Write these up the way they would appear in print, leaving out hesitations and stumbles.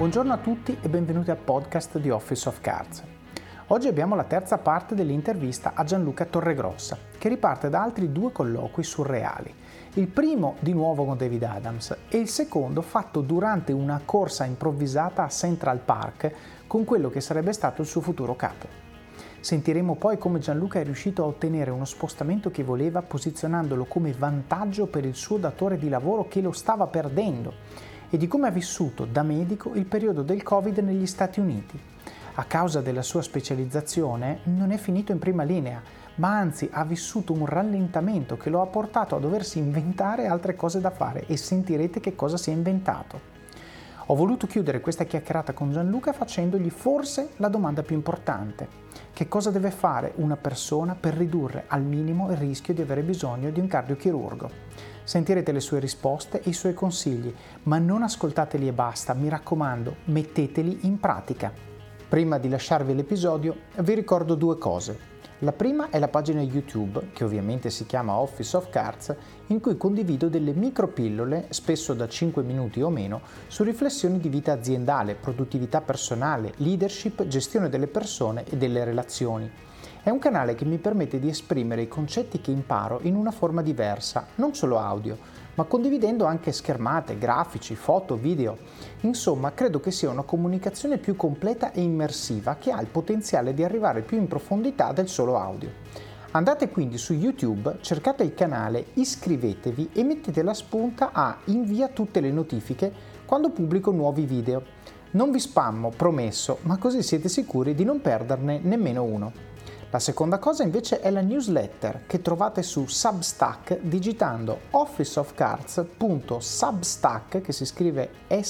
Buongiorno a tutti e benvenuti al podcast di Office of Cards. Oggi abbiamo la terza parte dell'intervista a Gianluca Torregrossa, che riparte da altri due colloqui surreali. Il primo di nuovo con David Adams e il secondo fatto durante una corsa improvvisata a Central Park con quello che sarebbe stato il suo futuro capo. Sentiremo poi come Gianluca è riuscito a ottenere uno spostamento che voleva, posizionandolo come vantaggio per il suo datore di lavoro che lo stava perdendo, e di come ha vissuto da medico il periodo del Covid negli Stati Uniti. A causa della sua specializzazione non è finito in prima linea, ma anzi ha vissuto un rallentamento che lo ha portato a doversi inventare altre cose da fare, e sentirete che cosa si è inventato. Ho voluto chiudere questa chiacchierata con Gianluca facendogli forse la domanda più importante: che cosa deve fare una persona per ridurre al minimo il rischio di avere bisogno di un cardiochirurgo? Sentirete le sue risposte e i suoi consigli, ma non ascoltateli e basta, mi raccomando, metteteli in pratica. Prima di lasciarvi l'episodio, vi ricordo due cose. La prima è la pagina YouTube, che ovviamente si chiama Office of Cards, in cui condivido delle micropillole, spesso da 5 minuti o meno, su riflessioni di vita aziendale, produttività personale, leadership, gestione delle persone e delle relazioni. È un canale che mi permette di esprimere i concetti che imparo in una forma diversa, non solo audio, ma condividendo anche schermate, grafici, foto, video. Insomma, credo che sia una comunicazione più completa e immersiva che ha il potenziale di arrivare più in profondità del solo audio. Andate quindi su YouTube, cercate il canale, iscrivetevi e mettete la spunta a invia tutte le notifiche quando pubblico nuovi video. Non vi spammo, promesso, ma così siete sicuri di non perderne nemmeno uno. La seconda cosa invece è la newsletter che trovate su Substack digitando officeofcards.substack, che si scrive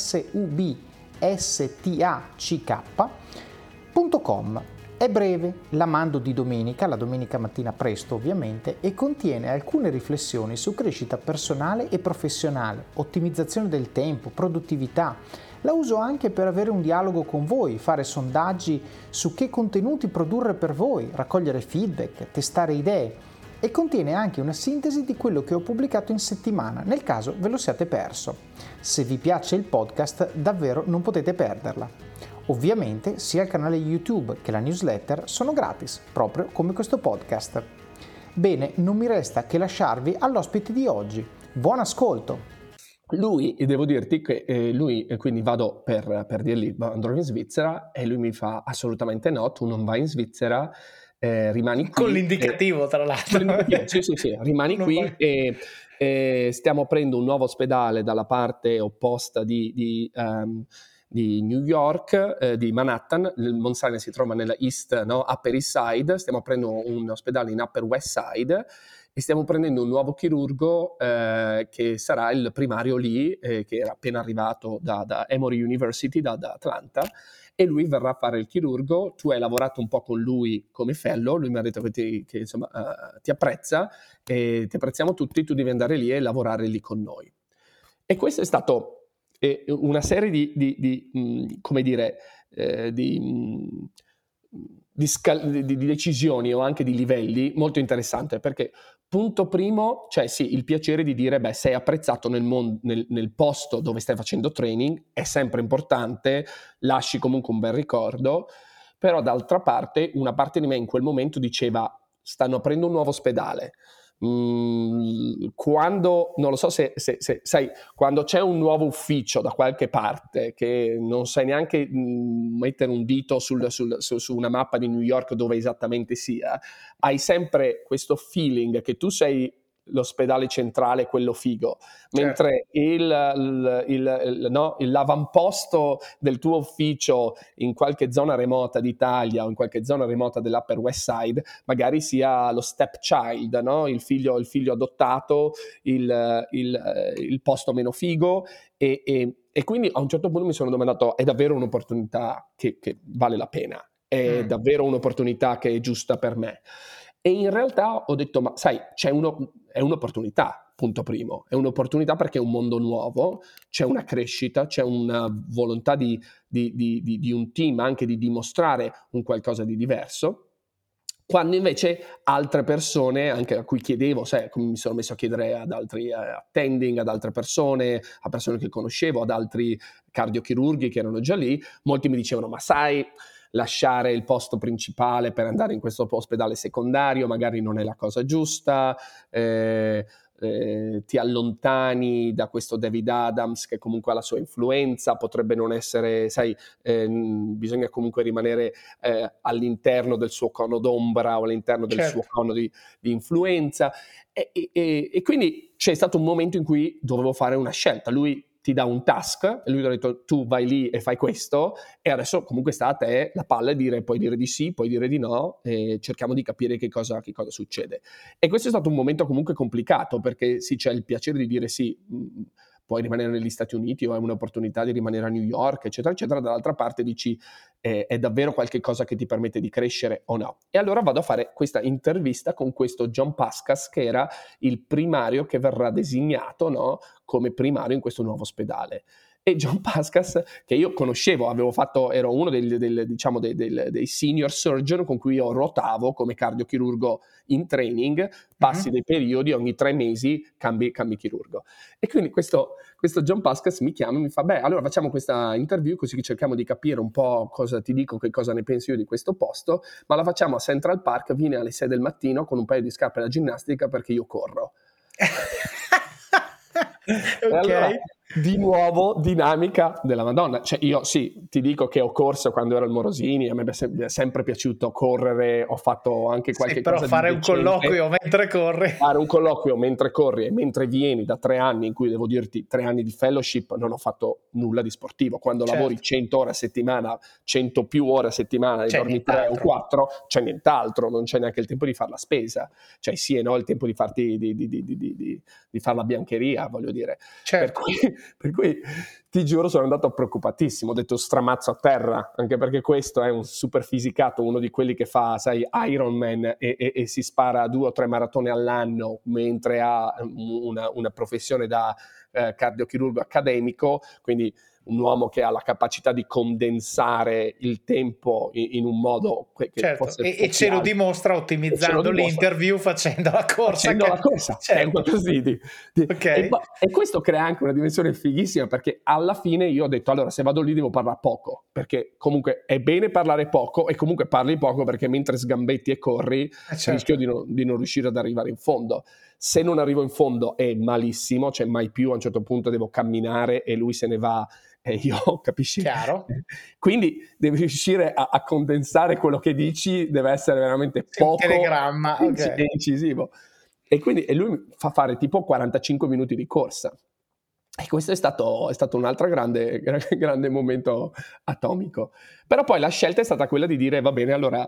substack.com. È breve, la mando di domenica, la domenica mattina presto ovviamente, e contiene alcune riflessioni su crescita personale e professionale, ottimizzazione del tempo, produttività. La uso anche per avere un dialogo con voi, fare sondaggi su che contenuti produrre per voi, raccogliere feedback, testare idee, e contiene anche una sintesi di quello che ho pubblicato in settimana, nel caso ve lo siate perso. Se vi piace il podcast, davvero non potete perderla. Ovviamente sia il canale YouTube che la newsletter sono gratis, proprio come questo podcast. Bene, non mi resta che lasciarvi all'ospite di oggi. Buon ascolto! Lui, devo dirti che quindi vado per dirgli andrò in Svizzera, e lui mi fa assolutamente no, tu non vai in Svizzera, rimani qui. Con l'indicativo, tra l'altro. Sì, rimani Non qui vai. e stiamo aprendo un nuovo ospedale dalla parte opposta di New York, di Manhattan. Il Mount Sinai si trova nella Upper East Side, stiamo aprendo un ospedale in Upper West Side e stiamo prendendo un nuovo chirurgo che sarà il primario lì, che era appena arrivato da Emory University, da Atlanta, e lui verrà a fare il chirurgo. Tu hai lavorato un po' con lui come fellow, lui mi ha detto che insomma ti apprezza, e ti apprezziamo tutti, tu devi andare lì e lavorare lì con noi. E questo è stato una serie di come dire, di decisioni o anche di livelli molto interessante, perché punto primo, cioè sì, il piacere di dire sei apprezzato nel posto dove stai facendo training, è sempre importante, lasci comunque un bel ricordo, però d'altra parte una parte di me in quel momento diceva stanno aprendo un nuovo ospedale. Quando non lo so se sai, quando c'è un nuovo ufficio da qualche parte che non sai neanche mettere un dito su una mappa di New York dove esattamente sia, hai sempre questo feeling che tu sei l'ospedale centrale, quello figo, mentre il l'avamposto del tuo ufficio in qualche zona remota d'Italia o in qualche zona remota dell'Upper West Side magari sia lo stepchild, no? Il figlio adottato, il posto meno figo, e quindi a un certo punto mi sono domandato: è davvero un'opportunità che vale la pena? È davvero un'opportunità che è giusta per me? E in realtà ho detto, ma sai, è un'opportunità, punto primo, è un'opportunità perché è un mondo nuovo, c'è una crescita, c'è una volontà di un team anche di dimostrare un qualcosa di diverso, quando invece altre persone, anche a cui chiedevo, sai, come mi sono messo a chiedere ad altri attending, ad altre persone, a persone che conoscevo, ad altri cardiochirurghi che erano già lì, molti mi dicevano: ma sai, lasciare il posto principale per andare in questo ospedale secondario magari non è la cosa giusta, ti allontani da questo David Adams che comunque ha la sua influenza, potrebbe non essere, sai, bisogna comunque rimanere all'interno del suo cono d'ombra o all'interno del suo cono di influenza, e quindi c'è stato un momento in cui dovevo fare una scelta. Lui ti dà un task e lui ha detto: tu vai lì e fai questo, e adesso comunque sta a te la palla di dire, puoi dire di sì, puoi dire di no, e cerchiamo di capire che cosa succede. E questo è stato un momento comunque complicato, perché sì, c'è il piacere di dire sì, puoi rimanere negli Stati Uniti o hai un'opportunità di rimanere a New York, eccetera, eccetera. Dall'altra parte dici, è davvero qualche cosa che ti permette di crescere o no? E allora vado a fare questa intervista con questo John Pascas, che era il primario che verrà designato, no, come primario in questo nuovo ospedale. E John Pascas, che io conoscevo, ero uno dei senior surgeon con cui io ruotavo come cardiochirurgo in training, passi dei periodi, ogni 3 mesi cambi chirurgo. E quindi questo John Pascas mi chiama e mi fa: beh, allora facciamo questa interview così cerchiamo di capire un po' cosa ti dico, che cosa ne penso io di questo posto, ma la facciamo a Central Park, vieni alle 6 del mattino con un paio di scarpe da ginnastica perché io corro. Ok. Allora, di nuovo dinamica della Madonna. Cioè, io sì, ti dico che ho corso quando ero al Morosini, a me mi è sempre piaciuto correre, ho fatto anche qualche però cosa fare di un decente. colloquio mentre corri. Fare un colloquio mentre corri e mentre vieni da 3 anni, in cui devo dirti 3 anni di fellowship, non ho fatto nulla di sportivo. Quando lavori 100 ore a settimana, 100 più ore a settimana e dormi 3 o 4, c'è nient'altro, non c'è neanche il tempo di fare la spesa. Cioè sì e no, il tempo di farti di fare la biancheria, voglio dire. Certo. Per cui ti giuro sono andato preoccupatissimo, ho detto stramazzo a terra, anche perché questo è un super fisicato, uno di quelli che fa, sai, Ironman e si spara 2 o 3 maratone all'anno mentre ha una professione da cardiochirurgo accademico, quindi un uomo che ha la capacità di condensare il tempo in un modo che fosse e ce lo dimostra ottimizzando l'interview, facendo la corsa. È un qualcosa di Okay. E questo crea anche una dimensione fighissima, perché alla fine io ho detto: allora, se vado lì devo parlare poco, perché comunque è bene parlare poco, e comunque parli poco perché mentre sgambetti e corri rischio di non riuscire ad arrivare in fondo. Se non arrivo in fondo è malissimo, cioè mai più, a un certo punto devo camminare e lui se ne va e io, capisci? Chiaro. Quindi devi riuscire a condensare quello che dici, deve essere veramente poco, un telegramma, e incisivo. E quindi lui mi fa fare tipo 45 minuti di corsa. E questo è stato un altro grande momento atomico. Però poi la scelta è stata quella di dire: va bene, allora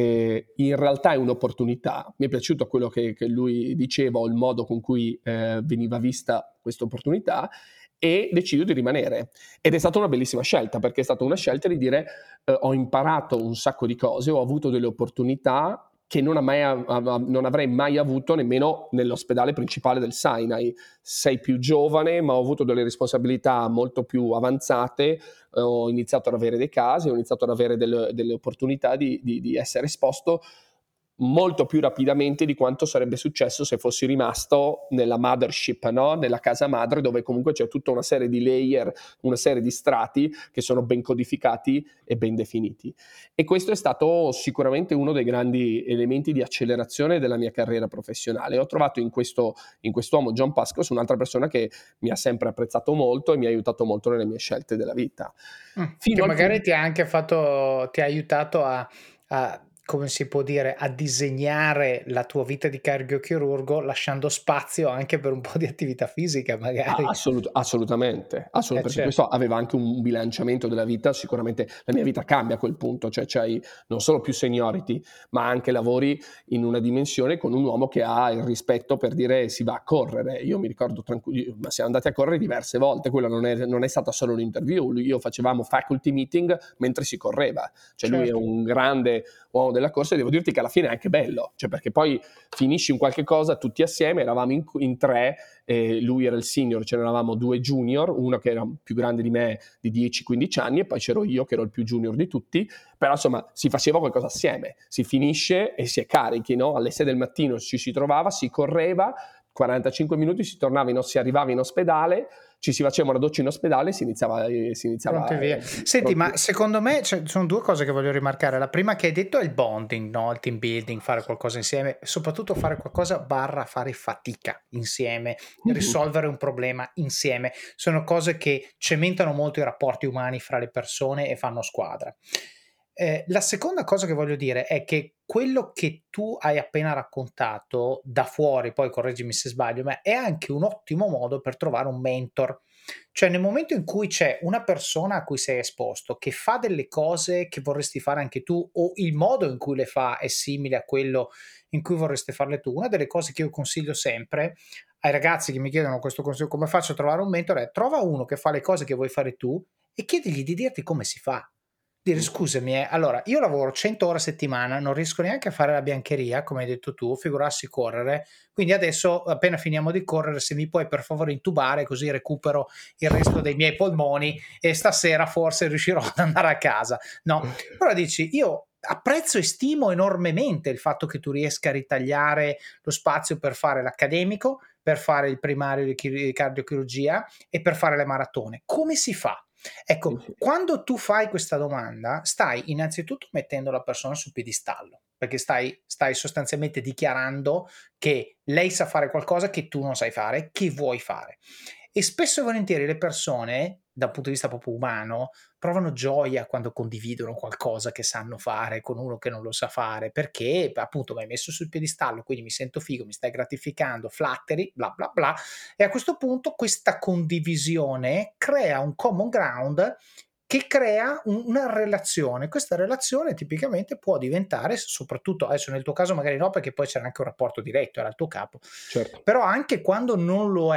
in realtà è un'opportunità. Mi è piaciuto quello che lui diceva, o il modo con cui veniva vista questa opportunità, e decido di rimanere. Ed è stata una bellissima scelta, perché è stata una scelta di dire ho imparato un sacco di cose, ho avuto delle opportunità che non avrei mai avuto nemmeno nell'ospedale principale del Sinai. Sei più giovane, ma ho avuto delle responsabilità molto più avanzate, ho iniziato ad avere dei casi, ho iniziato ad avere delle opportunità di essere esposto molto più rapidamente di quanto sarebbe successo se fossi rimasto nella mothership, no? Nella casa madre, dove comunque c'è tutta una serie di layer, una serie di strati che sono ben codificati e ben definiti. E questo è stato sicuramente uno dei grandi elementi di accelerazione della mia carriera professionale. Ho trovato in quest'uomo John Pascas un'altra persona che mi ha sempre apprezzato molto e mi ha aiutato molto nelle mie scelte della vita. Che magari ti ha aiutato a come si può dire, a disegnare la tua vita di cardiochirurgo, lasciando spazio anche per un po' di attività fisica magari. Assolutamente, perché questo aveva anche un bilanciamento della vita. Sicuramente la mia vita cambia a quel punto, cioè c'hai non solo più seniority, ma anche lavori in una dimensione con un uomo che ha il rispetto per dire si va a correre. Io mi ricordo ma siamo andati a correre diverse volte, quella non è stata solo un'interview, io facevamo faculty meeting mentre si correva, cioè lui è un grande uomo della corsa, e devo dirti che alla fine è anche bello, cioè perché poi finisci in qualche cosa tutti assieme, eravamo in tre, lui era il senior, ce ne eravamo due junior, uno che era più grande di me di 10-15 anni e poi c'ero io che ero il più junior di tutti, però insomma si faceva qualcosa assieme, si finisce e si è carichi, no? Alle 6 del mattino ci si trovava, si correva, 45 minuti si tornava, si arrivava in ospedale, ci si faceva una doccia in ospedale e si iniziava Pronti via. Senti, ma secondo me sono due cose che voglio rimarcare. La prima che hai detto è il bonding, no? Il team building, fare qualcosa insieme, soprattutto fare qualcosa barra fare fatica insieme, risolvere un problema insieme. Sono cose che cementano molto i rapporti umani fra le persone e fanno squadra. La seconda cosa che voglio dire è che quello che tu hai appena raccontato da fuori, poi correggimi se sbaglio, ma è anche un ottimo modo per trovare un mentor. Cioè nel momento in cui c'è una persona a cui sei esposto che fa delle cose che vorresti fare anche tu o il modo in cui le fa è simile a quello in cui vorresti farle tu, una delle cose che io consiglio sempre ai ragazzi che mi chiedono questo consiglio, come faccio a trovare un mentore, è trova uno che fa le cose che vuoi fare tu e chiedigli di dirti come si fa. Dire scusami, allora io lavoro 100 ore a settimana, non riesco neanche a fare la biancheria, come hai detto tu, figurarsi correre, quindi adesso appena finiamo di correre se mi puoi per favore intubare così recupero il resto dei miei polmoni e stasera forse riuscirò ad andare a casa. No, però dici io apprezzo e stimo enormemente il fatto che tu riesca a ritagliare lo spazio per fare l'accademico, per fare il primario di cardiochirurgia e per fare le maratone. Come si fa? Ecco, quando tu fai questa domanda, stai innanzitutto mettendo la persona sul piedistallo, perché stai sostanzialmente dichiarando che lei sa fare qualcosa che tu non sai fare, che vuoi fare. E spesso e volentieri le persone, dal punto di vista proprio umano, provano gioia quando condividono qualcosa che sanno fare con uno che non lo sa fare, perché appunto mi hai messo sul piedistallo, quindi mi sento figo, mi stai gratificando, flatteri, bla bla bla. E a questo punto questa condivisione crea un common ground che crea una relazione. Questa relazione tipicamente può diventare, soprattutto adesso nel tuo caso magari no, perché poi c'era anche un rapporto diretto, era il tuo capo, Certo. però anche quando non lo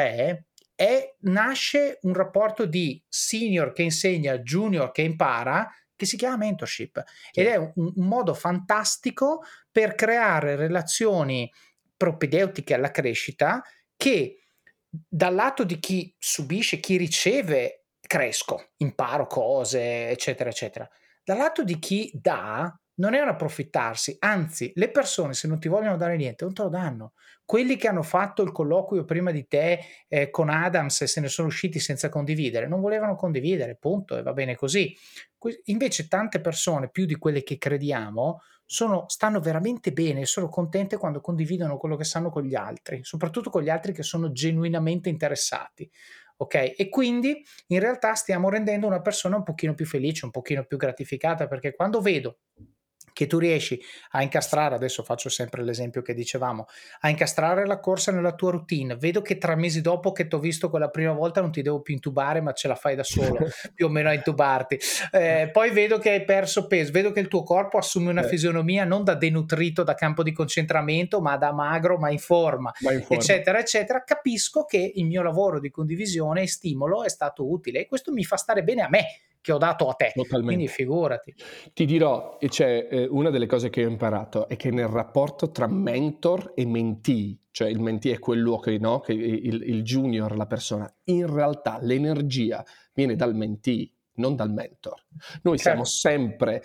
nasce un rapporto di senior che insegna, junior che impara, che si chiama mentorship. Ed è un modo fantastico per creare relazioni propedeutiche alla crescita che dal lato di chi subisce, chi riceve, cresco, imparo cose, eccetera, eccetera. Dal lato di chi dà, non è un approfittarsi, anzi, le persone se non ti vogliono dare niente, non te lo danno. Quelli che hanno fatto il colloquio prima di te con Adams e se ne sono usciti senza condividere, non volevano condividere, punto, e va bene così. Invece tante persone, più di quelle che crediamo, stanno veramente bene e sono contente quando condividono quello che sanno con gli altri, soprattutto con gli altri che sono genuinamente interessati. Ok? E quindi in realtà stiamo rendendo una persona un pochino più felice, un pochino più gratificata, perché quando vedo che tu riesci a incastrare, adesso faccio sempre l'esempio che dicevamo, a incastrare la corsa nella tua routine, vedo che 3 mesi dopo che t'ho visto quella prima volta non ti devo più intubare, ma ce la fai da solo, più o meno a intubarti. Poi vedo che hai perso peso, vedo che il tuo corpo assume una fisionomia non da denutrito da campo di concentramento, ma da magro, ma in forma, eccetera, eccetera. Capisco che il mio lavoro di condivisione e stimolo è stato utile e questo mi fa stare bene a me, che ho dato a te. Totalmente. Quindi figurati. Ti dirò, una delle cose che ho imparato è che nel rapporto tra mentor e mentee, cioè il mentee è quello che, no, che il junior, la persona, in realtà l'energia viene dal mentee, non dal mentor. Noi siamo sempre,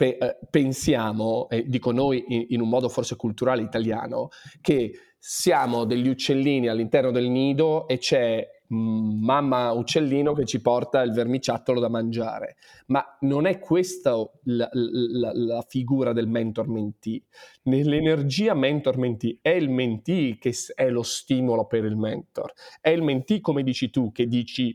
pensiamo, dico noi in un modo forse culturale italiano, che siamo degli uccellini all'interno del nido e c'è mamma uccellino che ci porta il vermiciattolo da mangiare, ma non è questa la figura del mentor-mentee. Nell'energia mentor-mentee è il mentee che è lo stimolo per il mentor, è il mentee, come dici tu, che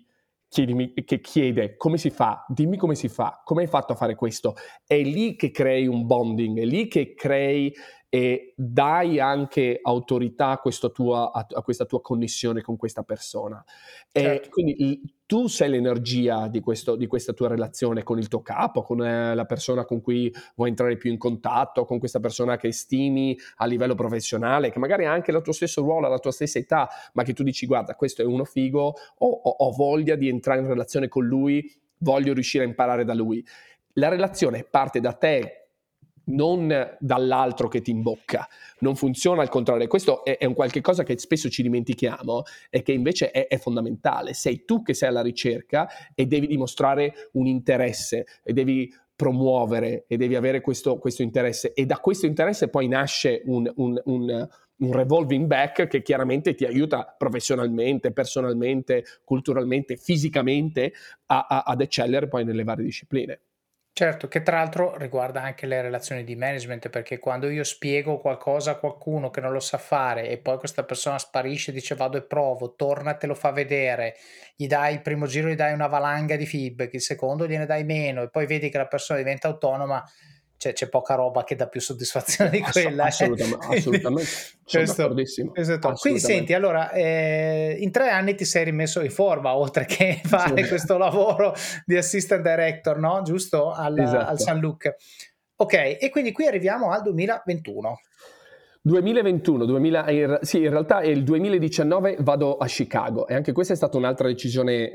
chiede come si fa, dimmi come si fa, come hai fatto a fare questo, è lì che crei un bonding, è lì che crei e dai anche autorità a questa tua connessione con questa persona. E quindi tu sei l'energia di questa tua relazione con il tuo capo, con la persona con cui vuoi entrare più in contatto, con questa persona che stimi a livello professionale, che magari ha anche il tuo stesso ruolo, la tua stessa età, ma che tu dici guarda questo è uno figo, ho voglia di entrare in relazione con lui, voglio riuscire a imparare da lui. La relazione parte da te non dall'altro che ti imbocca, non funziona al contrario. Questo è un qualche cosa che spesso ci dimentichiamo e che invece è fondamentale. Sei tu che sei alla ricerca e devi dimostrare un interesse e devi promuovere e devi avere questo interesse, e da questo interesse poi nasce un revolving back che chiaramente ti aiuta professionalmente, personalmente, culturalmente, fisicamente ad eccellere poi nelle varie discipline. Certo, che tra l'altro riguarda anche le relazioni di management, perché quando io spiego qualcosa a qualcuno che non lo sa fare e poi questa persona sparisce, dice vado e provo, torna, te lo fa vedere, gli dai il primo giro, gli dai una valanga di feedback, il secondo gliene dai meno e poi vedi che la persona diventa autonoma, c'è poca roba che dà più soddisfazione di quella. Quindi, Assolutamente, sono questo, d'accordissimo, questo è top. Quindi senti, assolutamente. allora, in 3 anni ti sei rimesso in forma, oltre che fare questo lavoro di assistant director, no? Giusto? Al Esatto. San Luke. Ok, e quindi qui arriviamo al 2021. 2021, sì, in realtà è il 2019 vado a Chicago, e anche questa è stata un'altra decisione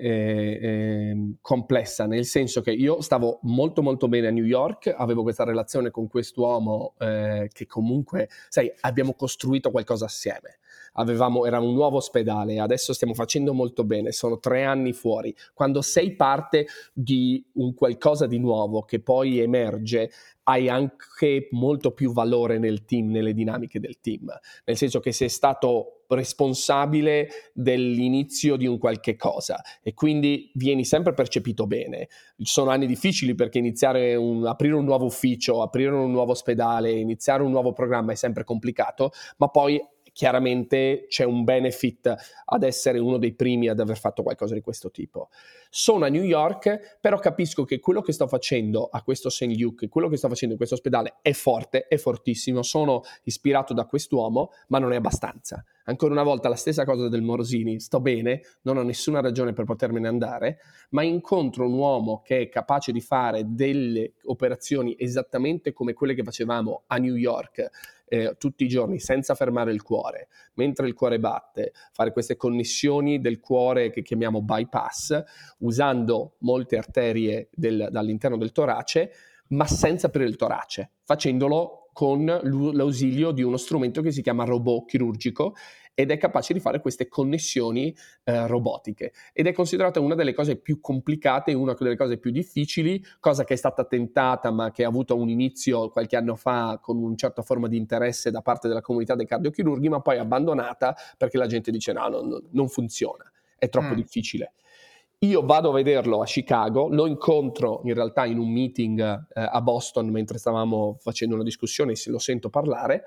complessa, nel senso che io stavo molto molto bene a New York, avevo questa relazione con quest'uomo che comunque, sai, abbiamo costruito qualcosa assieme. Era un nuovo ospedale, adesso stiamo facendo molto bene, sono 3 anni fuori. Quando sei parte di un qualcosa di nuovo che poi emerge, hai anche molto più valore nel team, nelle dinamiche del team, nel senso che sei stato responsabile dell'inizio di un qualche cosa e quindi vieni sempre percepito bene. Sono anni difficili perché aprire un nuovo ufficio, aprire un nuovo ospedale, iniziare un nuovo programma è sempre complicato, ma poi chiaramente c'è un benefit ad essere uno dei primi ad aver fatto qualcosa di questo tipo. Sono a New York, però capisco che quello che sto facendo a questo St. Luke, quello che sto facendo in questo ospedale è forte, è fortissimo, sono ispirato da quest'uomo, ma non è abbastanza. Ancora una volta la stessa cosa del Morosini, sto bene, non ho nessuna ragione per potermene andare, ma incontro un uomo che è capace di fare delle operazioni esattamente come quelle che facevamo a New York, tutti i giorni, senza fermare il cuore, mentre il cuore batte, fare queste connessioni del cuore che chiamiamo bypass, usando molte arterie dall'interno del torace, ma senza aprire il torace, facendolo con l'ausilio di uno strumento che si chiama robot chirurgico ed è capace di fare queste connessioni robotiche ed è considerata una delle cose più complicate, una delle cose più difficili, cosa che è stata tentata ma che ha avuto un inizio qualche anno fa con una certa forma di interesse da parte della comunità dei cardiochirurghi, ma poi abbandonata perché la gente dice no, non funziona, è troppo difficile. Io vado a vederlo a Chicago, lo incontro in realtà in un meeting a Boston mentre stavamo facendo una discussione, lo sento parlare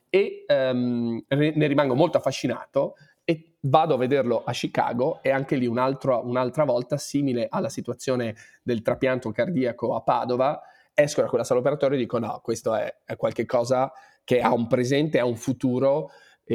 e ne rimango molto affascinato e vado a vederlo a Chicago e anche lì un'altra volta, simile alla situazione del trapianto cardiaco a Padova, esco da quella sala operatoria e dico no, questo è qualche cosa che ha un presente, ha un futuro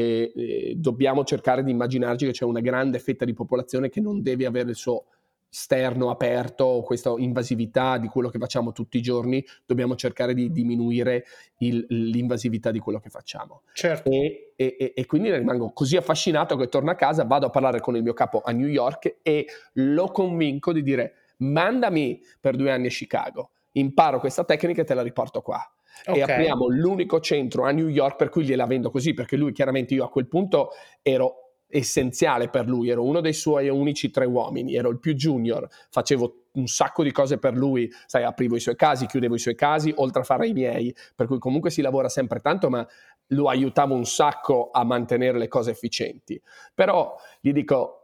e dobbiamo cercare di immaginarci che c'è una grande fetta di popolazione che non deve avere il suo sterno aperto, questa invasività di quello che facciamo tutti i giorni, dobbiamo cercare di diminuire l'invasività di quello che facciamo. Certo. E quindi rimango così affascinato che torno a casa, vado a parlare con il mio capo a New York e lo convinco di dire mandami per 2 anni a Chicago, imparo questa tecnica e te la riporto qua. E apriamo l'unico centro a New York, per cui gliela vendo così, perché lui chiaramente, io a quel punto ero essenziale per lui, ero uno dei suoi unici 3 uomini, ero il più junior, facevo un sacco di cose per lui, sai, aprivo i suoi casi, chiudevo i suoi casi, oltre a fare i miei, per cui comunque si lavora sempre tanto, ma lo aiutavo un sacco a mantenere le cose efficienti. Però gli dico,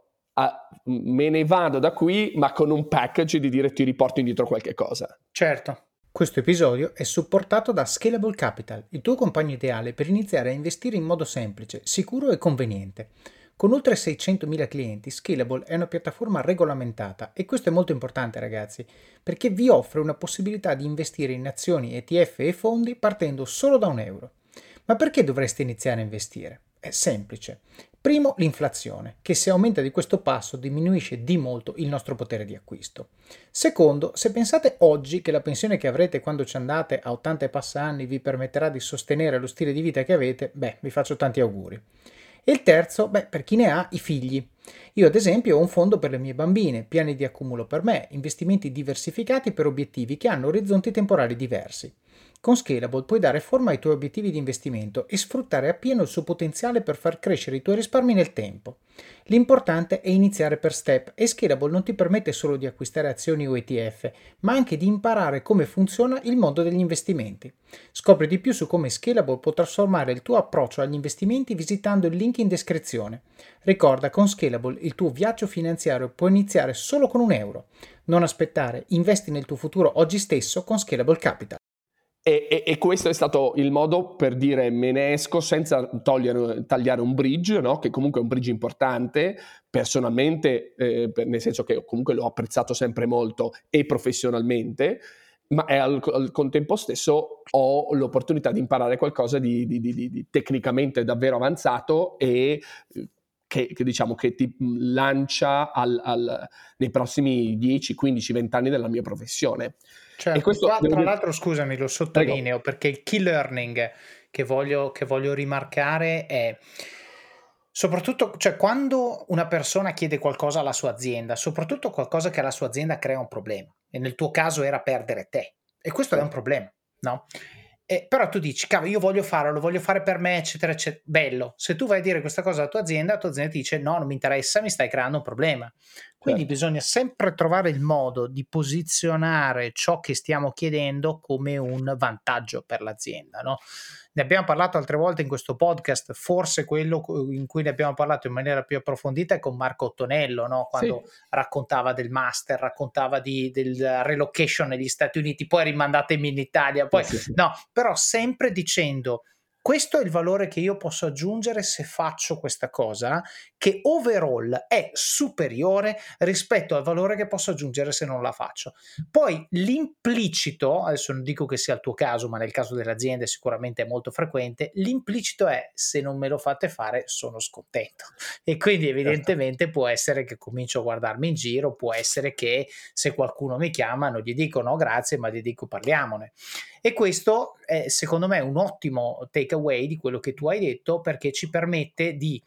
me ne vado da qui, ma con un package di dire ti riporto indietro qualche cosa. Certo. Questo episodio è supportato da Scalable Capital, il tuo compagno ideale per iniziare a investire in modo semplice, sicuro e conveniente. Con oltre 600.000 clienti, Scalable è una piattaforma regolamentata e questo è molto importante, ragazzi, perché vi offre una possibilità di investire in azioni, ETF e fondi partendo solo da €1. Ma perché dovreste iniziare a investire? È semplice. Primo, l'inflazione, che se aumenta di questo passo diminuisce di molto il nostro potere di acquisto. Secondo, se pensate oggi che la pensione che avrete quando ci andate a 80 e passa anni vi permetterà di sostenere lo stile di vita che avete, vi faccio tanti auguri. E il terzo, per chi ne ha, i figli. Io ad esempio ho un fondo per le mie bambine, piani di accumulo per me, investimenti diversificati per obiettivi che hanno orizzonti temporali diversi. Con Scalable puoi dare forma ai tuoi obiettivi di investimento e sfruttare appieno il suo potenziale per far crescere i tuoi risparmi nel tempo. L'importante è iniziare per step e Scalable non ti permette solo di acquistare azioni o ETF, ma anche di imparare come funziona il mondo degli investimenti. Scopri di più su come Scalable può trasformare il tuo approccio agli investimenti visitando il link in descrizione. Ricorda, con Scalable il tuo viaggio finanziario può iniziare solo con €1. Non aspettare, investi nel tuo futuro oggi stesso con Scalable Capital. E questo è stato il modo per dire me ne esco senza tagliare un bridge, no? Che comunque è un bridge importante personalmente, nel senso che comunque l'ho apprezzato sempre molto e professionalmente, ma al contempo stesso ho l'opportunità di imparare qualcosa di tecnicamente davvero avanzato e che diciamo che ti lancia nei prossimi 10, 15, 20 anni della mia professione. E Certo, questo qua devo tra dire, l'altro scusami, lo prego. sottolineo perché il key learning che voglio rimarcare è soprattutto, cioè quando una persona chiede qualcosa alla sua azienda, soprattutto qualcosa che alla sua azienda crea un problema, e nel tuo caso era perdere te, e questo è un problema, no? Però tu dici, cavolo, io voglio farlo, lo voglio fare per me, eccetera, eccetera. Bello, se tu vai a dire questa cosa alla tua azienda ti dice no, non mi interessa, mi stai creando un problema. Quindi Certo. bisogna sempre trovare il modo di posizionare ciò che stiamo chiedendo come un vantaggio per l'azienda, no? Ne abbiamo parlato altre volte in questo podcast, forse quello in cui ne abbiamo parlato in maniera più approfondita è con Marco Ottonello, no? Sì, Quando raccontava del master, raccontava del relocation negli Stati Uniti, poi rimandatemi in Italia, sì, poi sì, sì. no, però sempre dicendo questo è il valore che io posso aggiungere se faccio questa cosa, che overall è superiore rispetto al valore che posso aggiungere se non la faccio. Poi l'implicito, adesso non dico che sia il tuo caso, ma nel caso delle aziende sicuramente è molto frequente, l'implicito è se non me lo fate fare sono scontento. E quindi Certo. evidentemente può essere che comincio a guardarmi in giro, può essere che se qualcuno mi chiama non gli dico no grazie, ma gli dico parliamone. E questo è secondo me un ottimo takeaway di quello che tu hai detto, perché ci permette di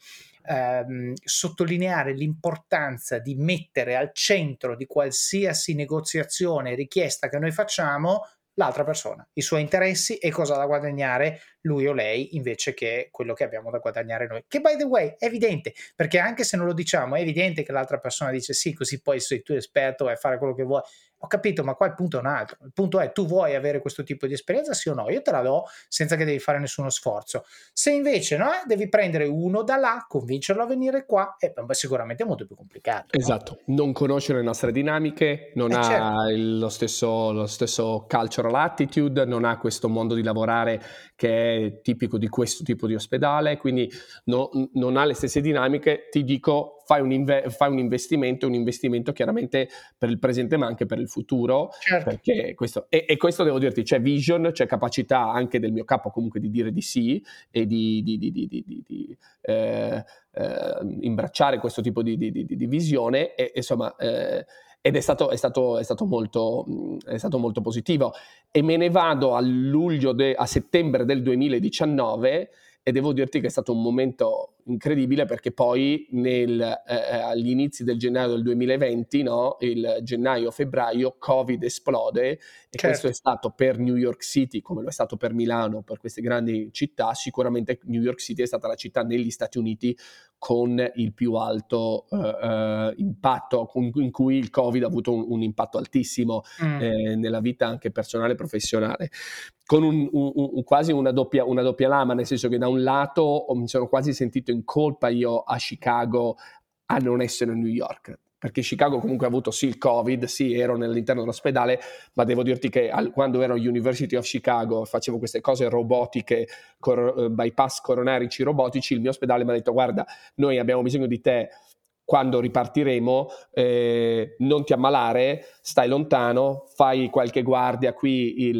sottolineare l'importanza di mettere al centro di qualsiasi negoziazione, richiesta che noi facciamo, l'altra persona, i suoi interessi e cosa da guadagnare lui o lei invece che quello che abbiamo da guadagnare noi. Che by the way è evidente, perché anche se non lo diciamo è evidente che l'altra persona dice sì, così poi sei tu esperto, vai a fare quello che vuoi. Ho capito, ma qua il punto è un altro. Il punto è tu vuoi avere questo tipo di esperienza, sì o no? Io te la do senza che devi fare nessuno sforzo. Se invece no, devi prendere uno da là, convincerlo a venire qua, e sicuramente è molto più complicato, no? Esatto, non conosce le nostre dinamiche, non Certo. ha lo stesso cultural attitude, non ha questo modo di lavorare che è tipico di questo tipo di ospedale, quindi non ha le stesse dinamiche. Ti dico, fai un investimento chiaramente per il presente ma anche per il futuro, Certo. perché questo devo dirti, c'è vision, c'è capacità anche del mio capo comunque di dire di sì e imbracciare questo tipo di visione e insomma ed è stato molto positivo. E me ne vado a settembre del 2019 e devo dirti che è stato un momento incredibile, perché poi agli inizi del gennaio del 2020, no, il gennaio-febbraio, Covid esplode, e questo Certo. è stato per New York City, come lo è stato per Milano, per queste grandi città. Sicuramente New York City è stata la città negli Stati Uniti con il più alto impatto, in cui il Covid ha avuto un impatto altissimo nella vita anche personale e professionale, con quasi una doppia lama, nel senso che da un lato mi sono quasi sentito in colpa io a Chicago a non essere a New York, perché Chicago comunque ha avuto sì il Covid, sì ero all'interno dell'ospedale, ma devo dirti che quando ero all'University of Chicago facevo queste cose robotiche, bypass coronarici robotici, il mio ospedale mi ha detto guarda, noi abbiamo bisogno di te quando ripartiremo, non ti ammalare, stai lontano, fai qualche guardia qui,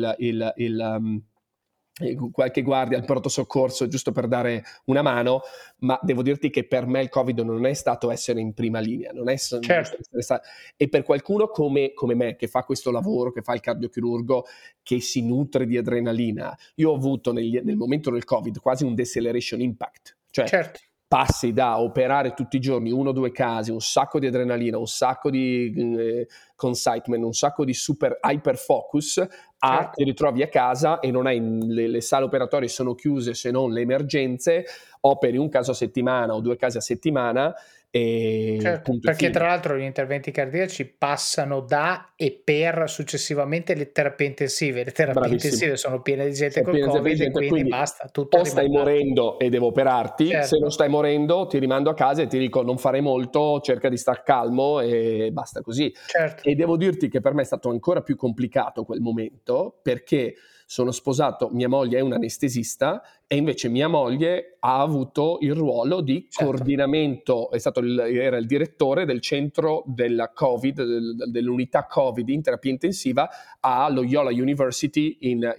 qualche guardia al pronto soccorso giusto per dare una mano, ma devo dirti che per me il Covid non è stato essere in prima linea, non è Certo. e per qualcuno come me che fa questo lavoro, che fa il cardiochirurgo, che si nutre di adrenalina, io ho avuto nel momento del Covid quasi un deceleration impact, cioè Certo. passi da operare tutti i giorni 1 o 2 casi, un sacco di adrenalina, un sacco di consignment, un sacco di super hyper focus, Certo. ti ritrovi a casa e non hai le sale operatorie sono chiuse se non le emergenze, operi un caso a settimana o 2 casi a settimana e Certo, punto e perché tra fine. l'altro gli interventi cardiaci passano da e per successivamente le terapie intensive. Le terapie Bravissimo. intensive sono piene di gente Sono col piene sempre di Covid e gente, quindi quindi basta, tutto o stai rimandato. morendo e devo operarti, se non Certo, stai morendo ti rimando a casa e ti dico non fare molto, cerca di star calmo e basta così. certo, E devo dirti che per me è stato ancora più complicato quel momento, perché sono sposato, mia moglie è un anestesista e invece mia moglie ha avuto il ruolo di certo. coordinamento, era il direttore del centro della Covid, dell'unità Covid in terapia intensiva a Loyola University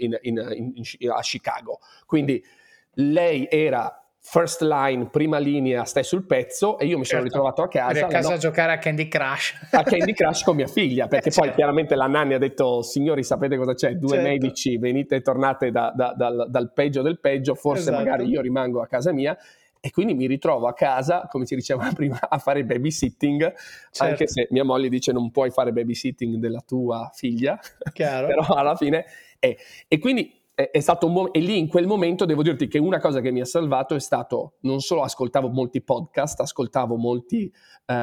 a Chicago. Quindi lei era first line, prima linea, stai sul pezzo, e io mi sono Certo, ritrovato a eri a casa casa a giocare a Candy Crush. a Candy Crush con mia figlia, perché poi Certo, chiaramente la nanny ha detto: signori, sapete cosa c'è? 2 certo, medici, venite e tornate dal peggio del peggio, forse magari esatto, io rimango a casa mia. E quindi mi ritrovo a casa, come si diceva prima, a fare babysitting, anche certo, se mia moglie dice non puoi fare babysitting della tua figlia, chiaro. però alla fine è. E quindi è stato e lì in quel momento devo dirti che una cosa che mi ha salvato è stato, non solo ascoltavo molti podcast, ascoltavo molti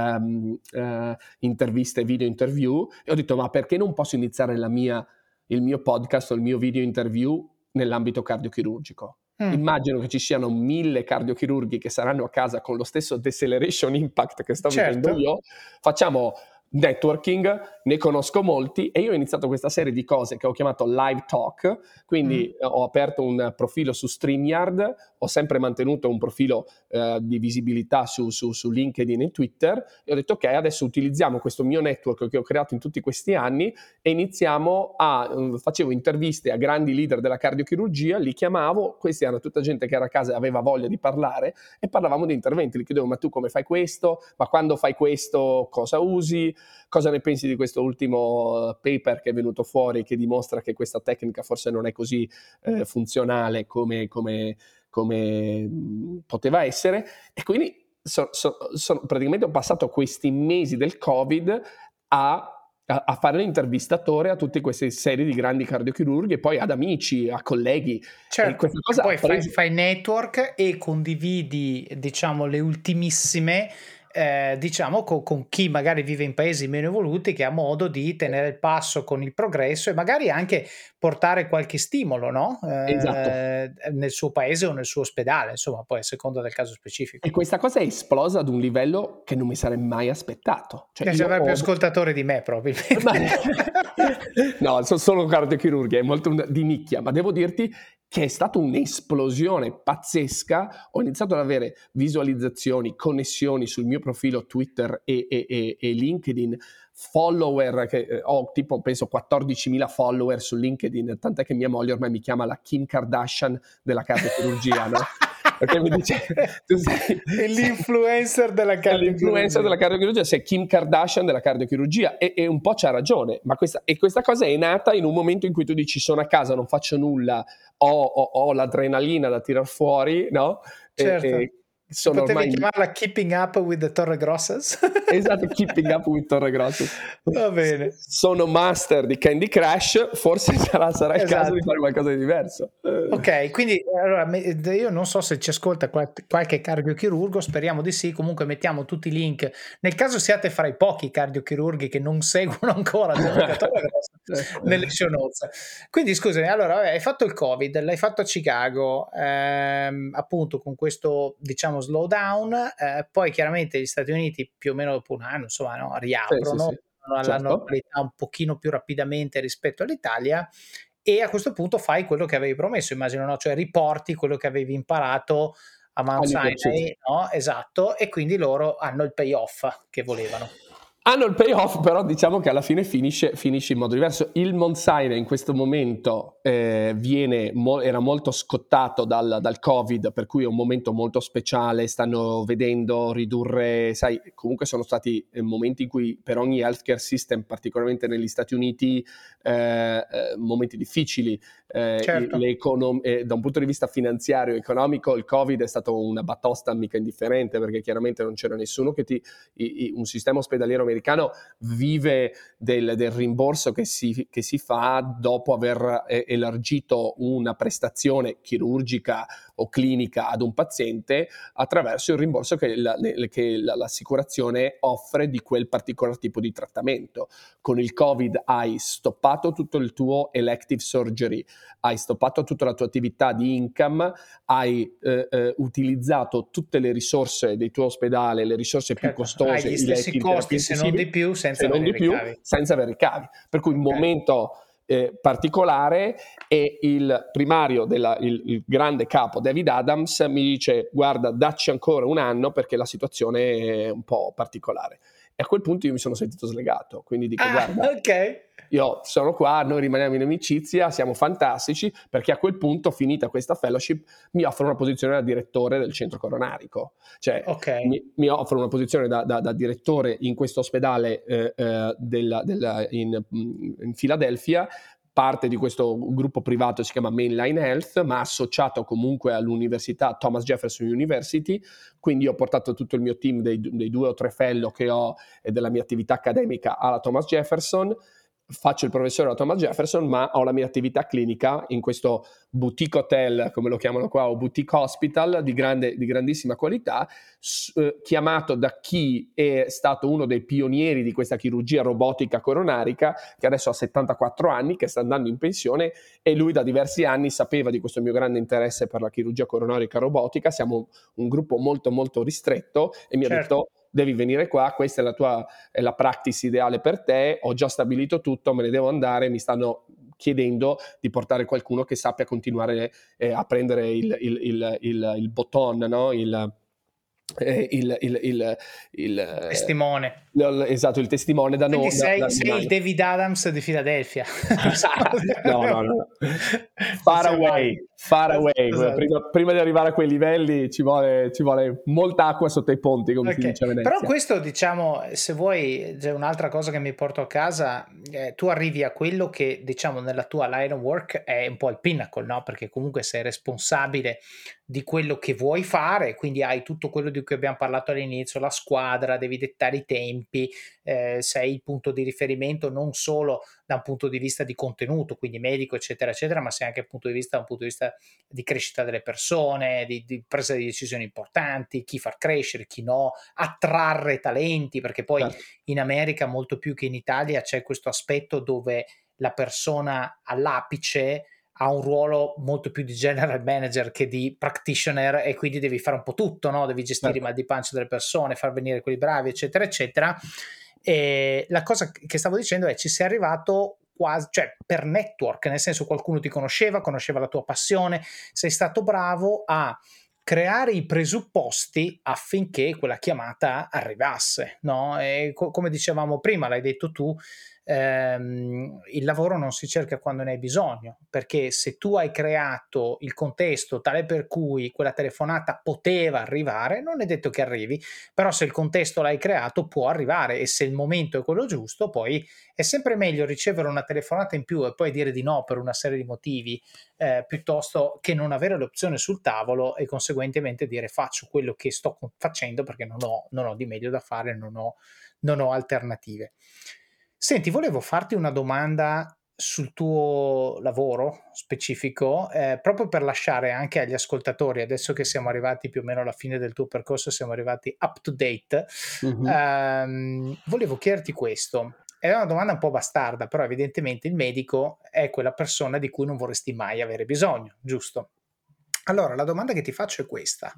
interviste, video interview, e ho detto ma perché non posso iniziare il mio podcast o il mio video interview nell'ambito cardiochirurgico? Immagino che ci siano 1000 cardiochirurghi che saranno a casa con lo stesso deceleration impact che sto vivendo Certo, io, facciamo networking, ne conosco molti e io ho iniziato questa serie di cose che ho chiamato live talk, quindi ho aperto un profilo su StreamYard, ho sempre mantenuto un profilo di visibilità su LinkedIn e Twitter e ho detto ok, adesso utilizziamo questo mio network che ho creato in tutti questi anni e facevo interviste a grandi leader della cardiochirurgia, li chiamavo, questi erano tutta gente che era a casa e aveva voglia di parlare e parlavamo di interventi, li chiedevo ma tu come fai questo, ma quando fai questo cosa usi, cosa ne pensi di questo ultimo paper che è venuto fuori che dimostra che questa tecnica forse non è così funzionale come poteva essere. E quindi praticamente ho passato questi mesi del Covid a fare l'intervistatore a tutte queste serie di grandi cardiochirurghi e poi ad amici, a colleghi, e certo, questa che cosa ha poi preso. fai network e condividi, diciamo, le ultimissime, diciamo, con chi magari vive in paesi meno evoluti, che ha modo di tenere il passo con il progresso e magari anche portare qualche stimolo, no, Esatto. nel suo paese o nel suo ospedale, insomma, poi a seconda del caso E specifico. questa cosa è esplosa ad un livello che non mi sarei mai aspettato. Cioè Ci io avrai più ho ascoltatori di me ma probabilmente. no, sono solo cardiochirurghi, è molto di nicchia, ma devo dirti che è stata un'esplosione pazzesca. Ho iniziato ad avere visualizzazioni, connessioni sul mio profilo Twitter e LinkedIn, follower, che ho tipo penso 14.000 follower su LinkedIn, tant'è che mia moglie ormai mi chiama la Kim Kardashian della cardiochirurgia, no? Perché mi dice tu È l'influencer della sei l'influencer cardiochirurgia. della cardiochirurgia, sei Kim Kardashian della cardiochirurgia, e un po' c'ha ragione, ma questa cosa è nata in un momento in cui tu dici sono a casa, non faccio nulla, ho l'adrenalina da tirar fuori, no? Certo. E E sono potevi ormai. chiamarla Keeping Up with the Torregrossas? Esatto, Keeping Up with Torregrosso. Va bene. Sono master di Candy Crush, forse sarà il caso di Esatto. fare qualcosa di diverso. Okay, quindi allora io non so se ci ascolta qualche cardiochirurgo, speriamo di sì, comunque mettiamo tutti i link. Nel caso siate fra i pochi cardiochirurghi che non seguono ancora Gianluca Torregrossa, nelle show notes. Quindi scusami, allora vabbè, hai fatto il Covid, l'hai fatto a Chicago, appunto con questo diciamo slowdown, poi chiaramente gli Stati Uniti più o meno dopo 1 anno, insomma, no, Sì, sì, riaprono, sì, tornano alla certo. normalità un pochino più rapidamente rispetto all'Italia e a questo punto fai quello che avevi promesso, immagino, no, cioè riporti quello che avevi imparato a Mount All'università. Sinai, no, esatto, e quindi loro hanno il payoff che volevano. Hanno il payoff, però diciamo che alla fine finisce in modo diverso. Il Mount Sinai in questo momento era molto scottato dal Covid, per cui è un momento molto speciale, stanno vedendo ridurre, sai, comunque sono stati momenti in cui per ogni healthcare system, particolarmente negli Stati Uniti, momenti difficili. Certo, Da un punto di vista finanziario e economico il Covid è stato una batosta mica indifferente, perché chiaramente non c'era nessuno un sistema ospedaliero americano americano vive del rimborso che si fa dopo aver elargito una prestazione chirurgica o clinica ad un paziente attraverso il rimborso che l'assicurazione offre di quel particolare tipo di trattamento. Con il Covid hai stoppato tutto il tuo elective surgery, hai stoppato tutta la tua attività di income, hai utilizzato tutte le risorse del tuo ospedale, le risorse più costose, hai gli stessi costi, se non di più, senza avere ricavi. Per cui il momento particolare, e il primario il grande capo David Adams mi dice: guarda, dacci ancora un anno perché la situazione è un po' particolare. E a quel punto io mi sono sentito slegato, quindi dico: guarda, ok, io sono qua, noi rimaniamo in amicizia, siamo fantastici, perché a quel punto, finita questa fellowship, mi offre una posizione da direttore del centro coronarico, cioè mi offre una posizione da direttore in questo ospedale in Filadelfia, parte di questo gruppo privato, si chiama Mainline Health, ma associato comunque all'università Thomas Jefferson University. Quindi ho portato tutto il mio team dei 2 o 3 fellow che ho e della mia attività accademica alla Thomas Jefferson. Faccio il professore a Thomas Jefferson, ma ho la mia attività clinica in questo boutique hotel, come lo chiamano qua, o boutique hospital di grandissima qualità, chiamato da chi è stato uno dei pionieri di questa chirurgia robotica coronarica, che adesso ha 74 anni, che sta andando in pensione, e lui da diversi anni sapeva di questo mio grande interesse per la chirurgia coronarica robotica. Siamo un gruppo molto molto ristretto, e mi ha detto: devi venire qua, questa è la practice ideale per te, ho già stabilito tutto, me ne devo andare, mi stanno chiedendo di portare qualcuno che sappia continuare a prendere il baton, no? Il testimone. Esatto, il testimone da Quindi noi. sei il David Adams di Filadelfia. No. Far away. Esatto. Prima di arrivare a quei livelli ci vuole molta acqua sotto i ponti, come si dice a Venezia. Però questo, diciamo, se vuoi, c'è un'altra cosa che mi porto a casa, tu arrivi a quello che, diciamo, nella tua line of work è un po' il pinnacle, no? Perché comunque sei responsabile di quello che vuoi fare, quindi hai tutto quello di cui abbiamo parlato all'inizio, la squadra, devi dettare i tempi, sei il punto di riferimento non solo da un punto di vista di contenuto, quindi medico eccetera eccetera, ma sei anche un punto di vista di crescita delle persone, di presa di decisioni importanti, chi far crescere, chi no, attrarre talenti, perché poi in America molto più che in Italia c'è questo aspetto dove la persona all'apice ha un ruolo molto più di general manager che di practitioner, e quindi devi fare un po' tutto, no? Devi gestire i mal di pancia delle persone, far venire quelli bravi eccetera eccetera. E la cosa che stavo dicendo è: ci sei arrivato quasi, cioè per network, nel senso qualcuno ti conosceva la tua passione, sei stato bravo a creare i presupposti affinché quella chiamata arrivasse, no? E come dicevamo prima, l'hai detto tu, il lavoro non si cerca quando ne hai bisogno, perché se tu hai creato il contesto tale per cui quella telefonata poteva arrivare, non è detto che arrivi, però se il contesto l'hai creato può arrivare, e se il momento è quello giusto, poi è sempre meglio ricevere una telefonata in più e poi dire di no per una serie di motivi, piuttosto che non avere l'opzione sul tavolo e conseguentemente dire faccio quello che sto facendo perché non ho di meglio da fare, non ho alternative. Senti, volevo farti una domanda sul tuo lavoro specifico, proprio per lasciare anche agli ascoltatori, adesso che siamo arrivati più o meno alla fine del tuo percorso, siamo arrivati up to date, volevo chiederti questo. È una domanda un po' bastarda, però evidentemente il medico è quella persona di cui non vorresti mai avere bisogno, giusto? Allora, la domanda che ti faccio è questa.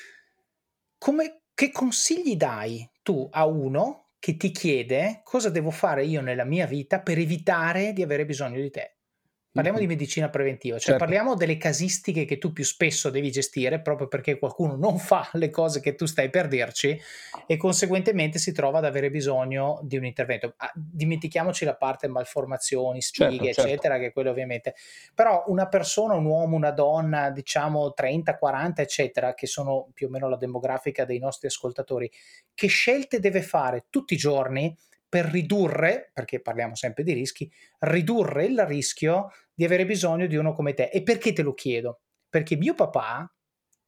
Che consigli dai tu a uno che ti chiede cosa devo fare io nella mia vita per evitare di avere bisogno di te? Parliamo di medicina preventiva, cioè parliamo delle casistiche che tu più spesso devi gestire proprio perché qualcuno non fa le cose che tu stai per dirci e conseguentemente si trova ad avere bisogno di un intervento. Dimentichiamoci la parte malformazioni, sfighe, eccetera, che quello ovviamente. Però una persona, un uomo, una donna, diciamo 30, 40, eccetera, che sono più o meno la demografica dei nostri ascoltatori, che scelte deve fare tutti i giorni per ridurre, perché parliamo sempre di rischi, ridurre il rischio di avere bisogno di uno come te. E perché te lo chiedo? Perché mio papà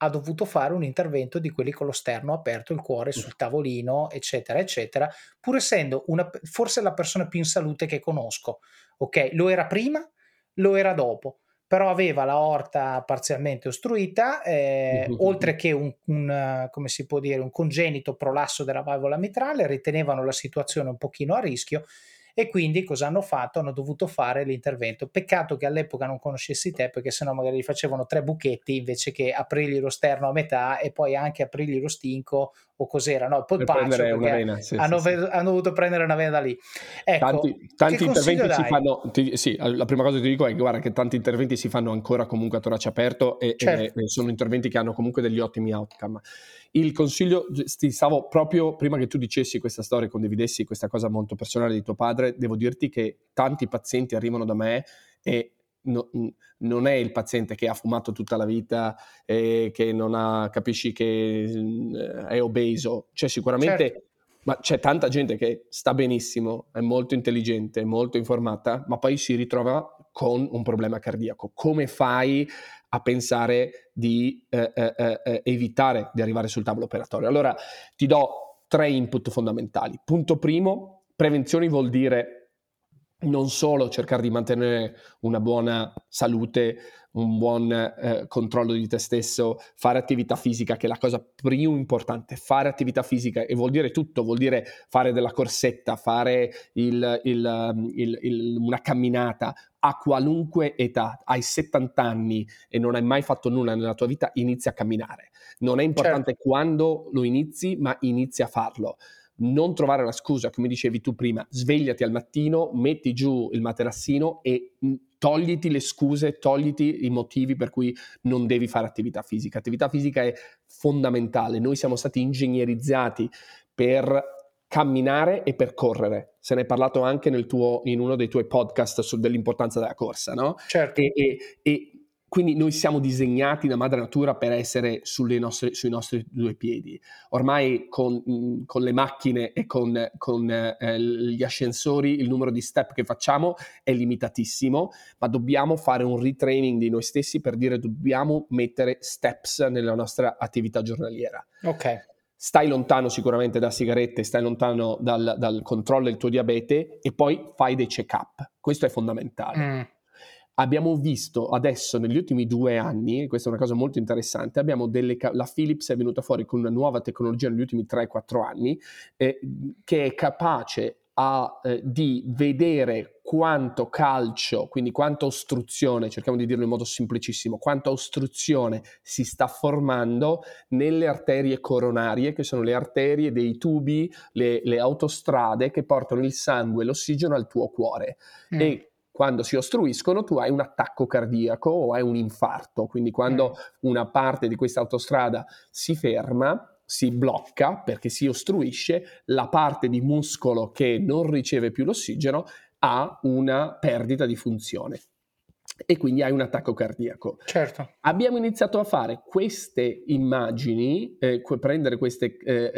ha dovuto fare un intervento di quelli con lo sterno aperto, il cuore sul tavolino, eccetera, eccetera, pur essendo forse la persona più in salute che conosco. Ok, lo era prima, lo era dopo, però aveva l'aorta parzialmente ostruita, oltre che come si può dire, un congenito prolasso della valvola mitrale, ritenevano la situazione un pochino a rischio e quindi cosa hanno fatto? Hanno dovuto fare l'intervento. Peccato che all'epoca non conoscessi te, perché sennò magari gli facevano 3 buchetti invece che aprirgli lo sterno a metà e poi anche aprirgli lo stinco o cos'era, no, il Per polpaccio, prendere una perché vena, sì, hanno, sì, sì. hanno dovuto prendere una vena da lì. Ecco, che Tanti consiglio interventi si dai? fanno, sì, la prima cosa che ti dico è che guarda che tanti interventi si fanno ancora comunque a torace aperto Certo. sono interventi che hanno comunque degli ottimi outcome. Il consiglio, ti stavo proprio prima che tu dicessi questa storia, condividessi questa cosa molto personale di tuo padre, devo dirti che tanti pazienti arrivano da me e non è il paziente che ha fumato tutta la vita e che non ha, capisci che è obeso, cioè sicuramente... Certo. Ma c'è tanta gente che sta benissimo, è molto intelligente, molto informata, ma poi si ritrova con un problema cardiaco. Come fai a pensare di evitare di arrivare sul tavolo operatorio? Allora ti do 3 input fondamentali. Punto primo, prevenzione vuol dire non solo cercare di mantenere una buona salute, un buon controllo di te stesso, fare attività fisica, che è la cosa più importante. Fare attività fisica e vuol dire tutto, vuol dire fare della corsetta, fare una camminata a qualunque età. Hai 70 anni e non hai mai fatto nulla nella tua vita, inizia a camminare. Non è Certo. importante quando lo inizi, ma inizia a farlo. Non trovare la scusa, come dicevi tu prima, svegliati al mattino, metti giù il materassino e togliti le scuse, togliti i motivi per cui non devi fare attività fisica. Attività fisica è fondamentale. Noi siamo stati ingegnerizzati per camminare e per correre. Se ne è parlato anche in uno dei tuoi podcast dell'importanza della corsa, no? Certo. E quindi noi siamo disegnati da madre natura per essere sui nostri 2 piedi. Ormai con le macchine e con gli ascensori il numero di step che facciamo è limitatissimo, ma dobbiamo fare un retraining di noi stessi per dire dobbiamo mettere steps nella nostra attività giornaliera. Ok. Stai lontano sicuramente da sigarette, stai lontano dal controllo del tuo diabete e poi fai dei check-up. Questo è fondamentale. Abbiamo visto adesso negli ultimi 2 anni, questa è una cosa molto interessante, la Philips è venuta fuori con una nuova tecnologia negli ultimi 3-4 anni che è capace di vedere quanto calcio, quindi quanta ostruzione, cerchiamo di dirlo in modo semplicissimo, quanta ostruzione si sta formando nelle arterie coronarie, che sono le arterie dei tubi, le autostrade che portano il sangue e l'ossigeno al tuo cuore. E quando si ostruiscono tu hai un attacco cardiaco o hai un infarto, quindi quando una parte di questa autostrada si ferma, si blocca perché si ostruisce, la parte di muscolo che non riceve più l'ossigeno ha una perdita di funzione e quindi hai un attacco cardiaco. Certo. Abbiamo iniziato a fare queste immagini, prendere queste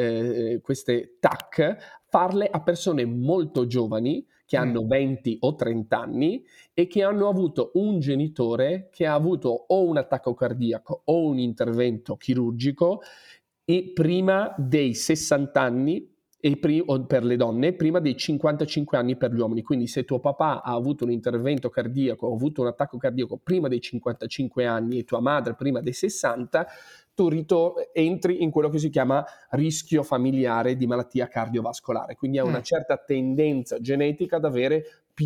TAC, farle a persone molto giovani che hanno 20 o 30 anni e che hanno avuto un genitore che ha avuto o un attacco cardiaco o un intervento chirurgico e prima dei 60 anni per le donne, prima dei 55 anni per gli uomini. Quindi se tuo papà ha avuto un intervento cardiaco, ha avuto un attacco cardiaco prima dei 55 anni e tua madre prima dei 60, tu entri in quello che si chiama rischio familiare di malattia cardiovascolare. Quindi hai una certa tendenza genetica ad avere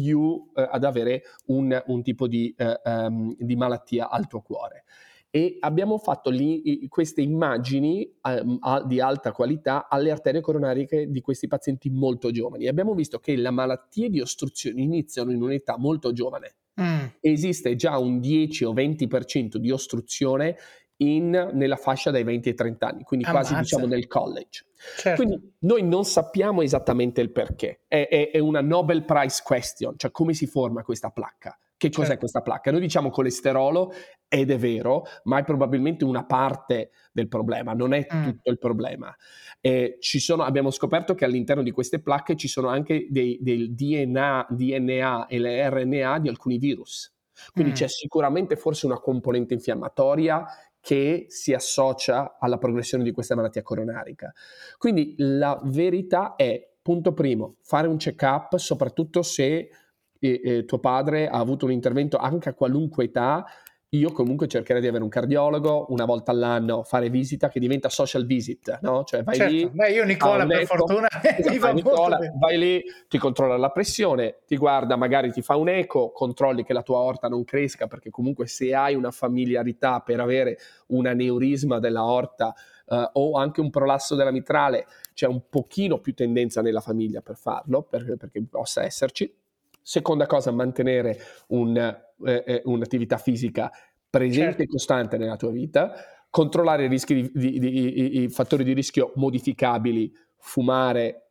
un tipo di malattia al tuo cuore. E abbiamo fatto queste immagini di alta qualità alle arterie coronarie di questi pazienti molto giovani. Abbiamo visto che le malattie di ostruzione iniziano in un'età molto giovane. Esiste già un 10 o 20% di ostruzione nella fascia dai 20 ai 30 anni, quindi quasi diciamo nel college. Certo. Quindi noi non sappiamo esattamente il perché, è una Nobel Prize question, cioè come si forma questa placca. Che cos'è questa placca? Noi diciamo colesterolo ed è vero, ma è probabilmente una parte del problema, non è tutto il problema. Abbiamo scoperto che all'interno di queste placche ci sono anche del DNA e le RNA di alcuni virus. Quindi c'è sicuramente forse una componente infiammatoria che si associa alla progressione di questa malattia coronarica. Quindi la verità è, punto primo, fare un check-up, soprattutto se tuo padre ha avuto un intervento anche a qualunque età. Io comunque cercherei di avere un cardiologo una volta all'anno, fare visita che diventa social visit, no? Cioè vai certo. lì, Beh, io Nicola per fortuna mi va Nicola, molto bene. vai lì, ti controlla la pressione, ti guarda, magari ti fa un eco, controlli che la tua aorta non cresca, perché comunque se hai una familiarità per avere un aneurisma della aorta o anche un prolasso della mitrale, c'è un pochino più tendenza nella famiglia per farlo, perché possa esserci. Seconda cosa, mantenere un'attività fisica presente e costante nella tua vita, controllare i rischi i fattori di rischio modificabili, fumare,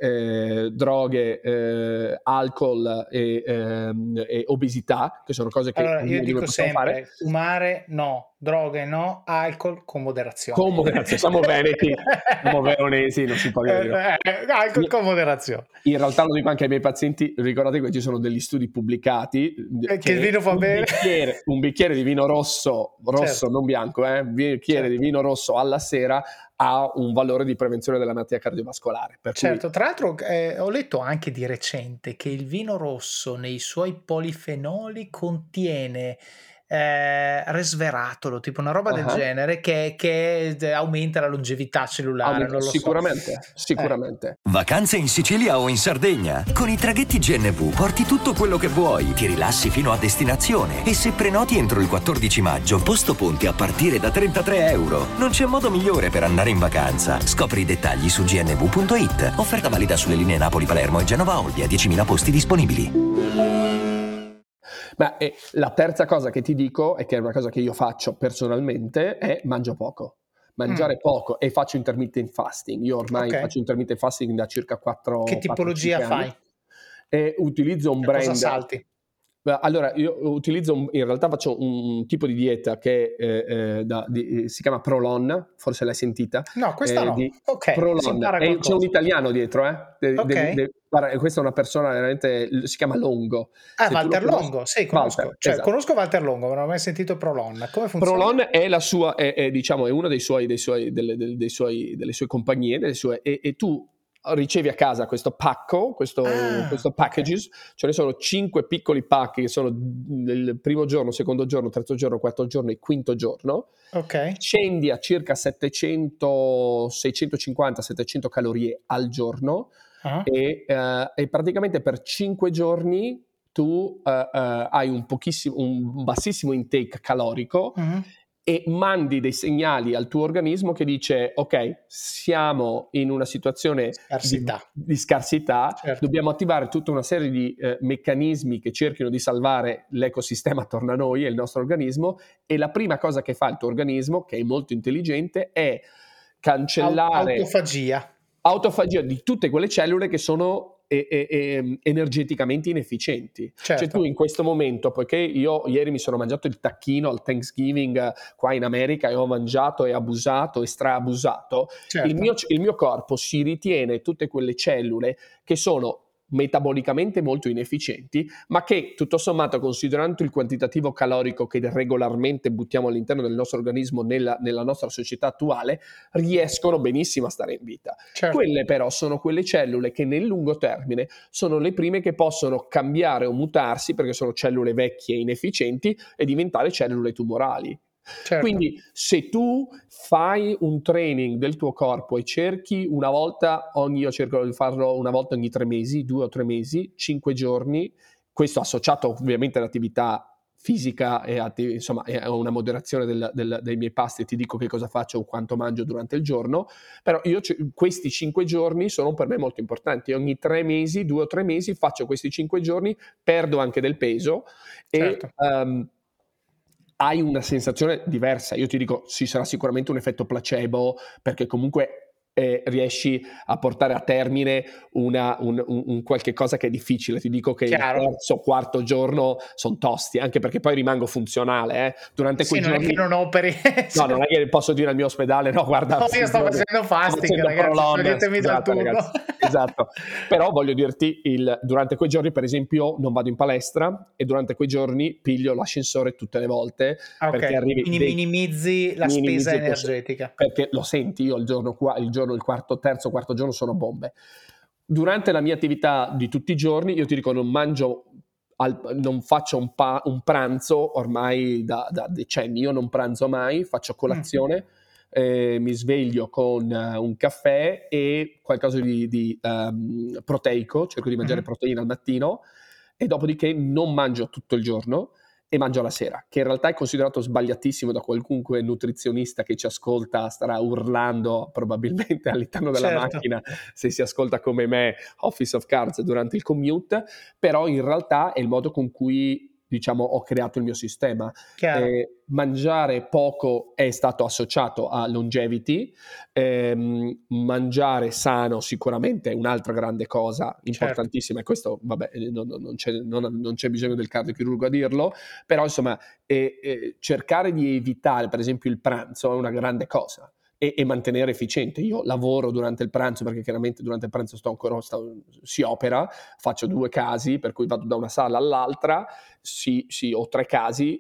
droghe, alcol e obesità, che sono cose che allora, io dico possiamo sempre fare. fumare no, droghe no, alcol con moderazione. Con moderazione, siamo veneti, siamo veronesi, non si può dire. Alcol con moderazione. In realtà lo dico anche ai miei pazienti, ricordate che ci sono degli studi pubblicati che il vino fa bene. Un bicchiere di vino rosso, certo. non bianco, bicchiere di vino rosso alla sera ha un valore di prevenzione della malattia cardiovascolare. Per certo, cui... tra l'altro ho letto anche di recente che il vino rosso nei suoi polifenoli contiene resveratrolo, tipo una roba del genere che aumenta la longevità cellulare, non lo sicuramente. Vacanze in Sicilia o in Sardegna? Con i traghetti GNV porti tutto quello che vuoi, ti rilassi fino a destinazione e se prenoti entro il 14 maggio, posto ponti a partire da €33. Non c'è modo migliore per andare in vacanza. Scopri i dettagli su gnv.it. Offerta valida sulle linee Napoli-Palermo e Genova-Olbia, 10.000 posti disponibili. Ma la terza cosa che ti dico, e che è una cosa che io faccio personalmente, è mangio poco. Mangiare poco, e faccio intermittent fasting. Io ormai faccio intermittent fasting da circa 4 anni. Che tipologia fai? E utilizzo un brand. Cosa salti? Allora, io utilizzo, in realtà faccio un tipo di dieta che si chiama Prolon, forse l'hai sentita? No, questa no. Ok, Prolon. C'è un italiano dietro, guarda, questa è una persona veramente, si chiama Longo. Walter Longo, sì, conosco. Walter, esatto. Conosco Walter Longo, ma non ho mai sentito Prolon. Come funziona? Prolon è la sua, diciamo, è una delle sue compagnie, e tu ricevi a casa questo pacco, questo packages, ce ne sono 5 piccoli pacchi che sono il primo giorno, secondo giorno, terzo giorno, quarto giorno e quinto giorno. Scendi a circa 650-700 calorie al giorno e praticamente per 5 giorni tu hai un bassissimo intake calorico e mandi dei segnali al tuo organismo che dice: ok, siamo in una situazione di scarsità, dobbiamo attivare tutta una serie di meccanismi che cerchino di salvare l'ecosistema attorno a noi e il nostro organismo, e la prima cosa che fa il tuo organismo, che è molto intelligente, è cancellare autofagia di tutte quelle cellule che sono energeticamente inefficienti. Cioè tu in questo momento, poiché io ieri mi sono mangiato il tacchino al Thanksgiving qua in America e ho mangiato e abusato e straabusato, il mio corpo si ritiene tutte quelle cellule che sono metabolicamente molto inefficienti, ma che tutto sommato, considerando il quantitativo calorico che regolarmente buttiamo all'interno del nostro organismo nella nostra società attuale, riescono benissimo a stare in vita. Quelle però sono quelle cellule che nel lungo termine sono le prime che possono cambiare o mutarsi, perché sono cellule vecchie e inefficienti, e diventare cellule tumorali. Quindi se tu fai un training del tuo corpo e cerchi io cerco di farlo una volta ogni 3 mesi, 2 o 3 mesi, 5 giorni, questo associato ovviamente all'attività fisica e insomma a una moderazione dei miei pasti, ti dico che cosa faccio o quanto mangio durante il giorno, però questi 5 giorni sono per me molto importanti. Ogni 3 mesi, 2 o 3 mesi faccio questi 5 giorni, perdo anche del peso e hai una sensazione diversa. Io ti dico, ci sarà sicuramente un effetto placebo, perché comunque riesci a portare a termine un qualche cosa che è difficile. Ti dico che il terzo, quarto giorno sono tosti, anche perché poi rimango funzionale durante quei giorni. Non è che non operi. No, non è che posso dire al mio ospedale: no, guarda, io sto facendo fasting, ragazzi, toglietemi dal turno. Esatto, però voglio dirti, durante quei giorni per esempio non vado in palestra e durante quei giorni piglio l'ascensore tutte le volte, perché Ok, arrivi quindi minimizzi la spesa energetica. perché lo senti, io il quarto, terzo, quarto giorno sono bombe. Durante la mia attività di tutti i giorni, io ti dico, non faccio un pranzo ormai da decenni, io non pranzo mai, faccio colazione, mi sveglio con un caffè e qualcosa di proteico, cerco di mangiare proteina al mattino e dopodiché non mangio tutto il giorno e mangio la sera, che in realtà è considerato sbagliatissimo da qualunque nutrizionista che ci ascolta, starà urlando probabilmente all'interno della Certo. macchina se si ascolta come me Office of Cards durante il commute, però in realtà è il modo con cui diciamo ho creato il mio sistema. Mangiare poco è stato associato a longevity, mangiare sano sicuramente è un'altra grande cosa importantissima, e questo vabbè non c'è bisogno del cardiochirurgo a dirlo, però insomma cercare di evitare per esempio il pranzo è una grande cosa. E mantenere efficiente. Io lavoro durante il pranzo perché chiaramente durante il pranzo si opera, faccio 2 casi per cui vado da una sala all'altra, ho 3 casi,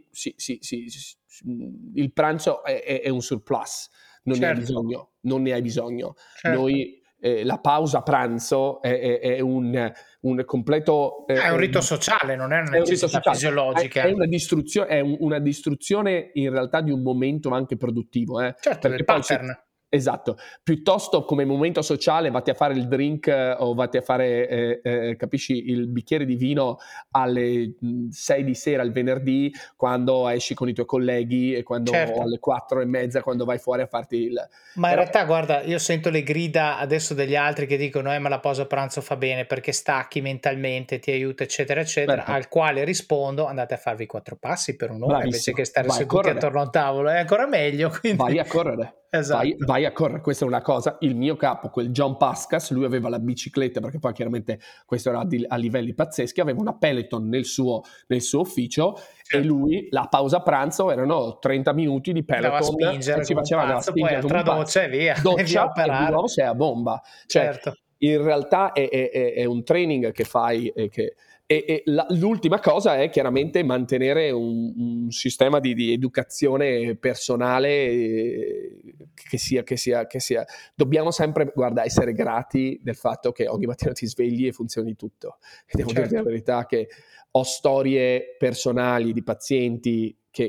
il pranzo è un surplus, non ne hai bisogno. Noi la pausa pranzo è un completo è un rito sociale, non è una necessità fisiologica. È una distruzione in realtà di un momento anche produttivo, certo, perché del pattern. Esatto, piuttosto come momento sociale vatti a fare il drink o vatti a fare capisci, il bicchiere di vino alle 6 di sera il venerdì quando esci con i tuoi colleghi e quando alle 4:30 quando vai fuori a farti il... Ma in realtà guarda, io sento le grida adesso degli altri che dicono ma la pausa pranzo fa bene perché stacchi mentalmente, ti aiuta eccetera eccetera, al quale rispondo andate a farvi 4 passi per un'ora invece che stare seduti attorno a un tavolo, è ancora meglio, quindi... vai a correre. Esatto. Vai a correre, questa è una cosa. Il mio capo, quel John Pascas, lui aveva la bicicletta, perché poi chiaramente questo era a livelli pazzeschi, aveva una Peloton nel suo ufficio, e lui la pausa pranzo erano 30 minuti di Peloton, spingere, e ci faceva andava a spingere, poi altra doccia e via, doccia e di nuovo sei a bomba, cioè in realtà è un training che fai e l'ultima cosa è chiaramente mantenere un sistema di educazione personale che sia. Dobbiamo sempre, guarda, essere grati del fatto che ogni mattina ti svegli e funzioni tutto. E devo dirti la verità che ho storie personali di pazienti che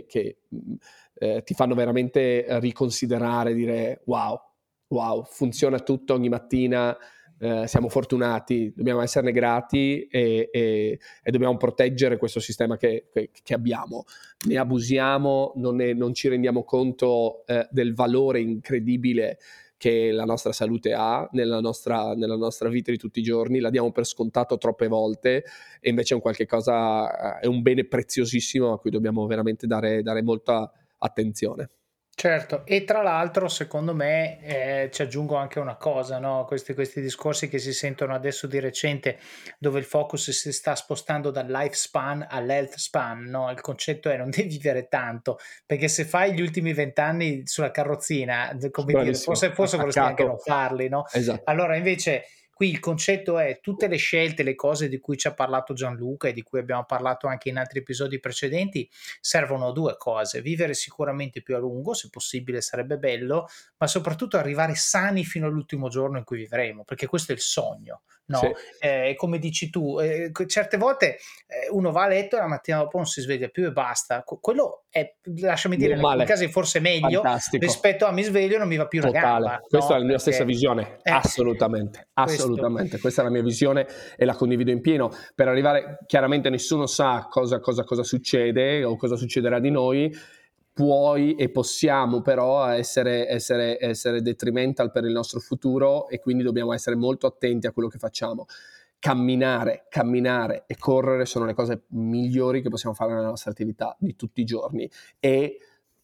ti fanno veramente riconsiderare, dire wow, funziona tutto ogni mattina. Siamo fortunati, dobbiamo esserne grati e dobbiamo proteggere questo sistema che abbiamo. Ne abusiamo, non ci rendiamo conto del valore incredibile che la nostra salute ha nella nostra vita di tutti i giorni, la diamo per scontato troppe volte e invece è un qualche cosa, è un bene preziosissimo a cui dobbiamo veramente dare molta attenzione. Certo, e tra l'altro secondo me ci aggiungo anche una cosa, no? Questi discorsi che si sentono adesso di recente, dove il focus si sta spostando dal lifespan all'health span, no? Il concetto è non devi vivere tanto, perché se fai gli ultimi 20 anni sulla carrozzina, come dire, forse vorresti anche non farli, no? Esatto. Allora invece qui il concetto è tutte le scelte, le cose di cui ci ha parlato Gianluca e di cui abbiamo parlato anche in altri episodi precedenti, servono 2 cose: vivere sicuramente più a lungo, se possibile sarebbe bello, ma soprattutto arrivare sani fino all'ultimo giorno in cui vivremo, perché questo è il sogno, no? Sì. Come dici tu, certe volte uno va a letto e la mattina dopo non si sveglia più e basta. Quello è, lasciami dire, in alcuni casi forse meglio rispetto a mi sveglio e non mi va più la gamba. Questa è la mia stessa visione, assolutamente. Questa è la mia visione e la condivido in pieno. Per arrivare, chiaramente nessuno sa cosa succede o cosa succederà di noi. Puoi e possiamo però essere detrimental per il nostro futuro, e quindi dobbiamo essere molto attenti a quello che facciamo. Camminare e correre sono le cose migliori che possiamo fare nella nostra attività di tutti i giorni, e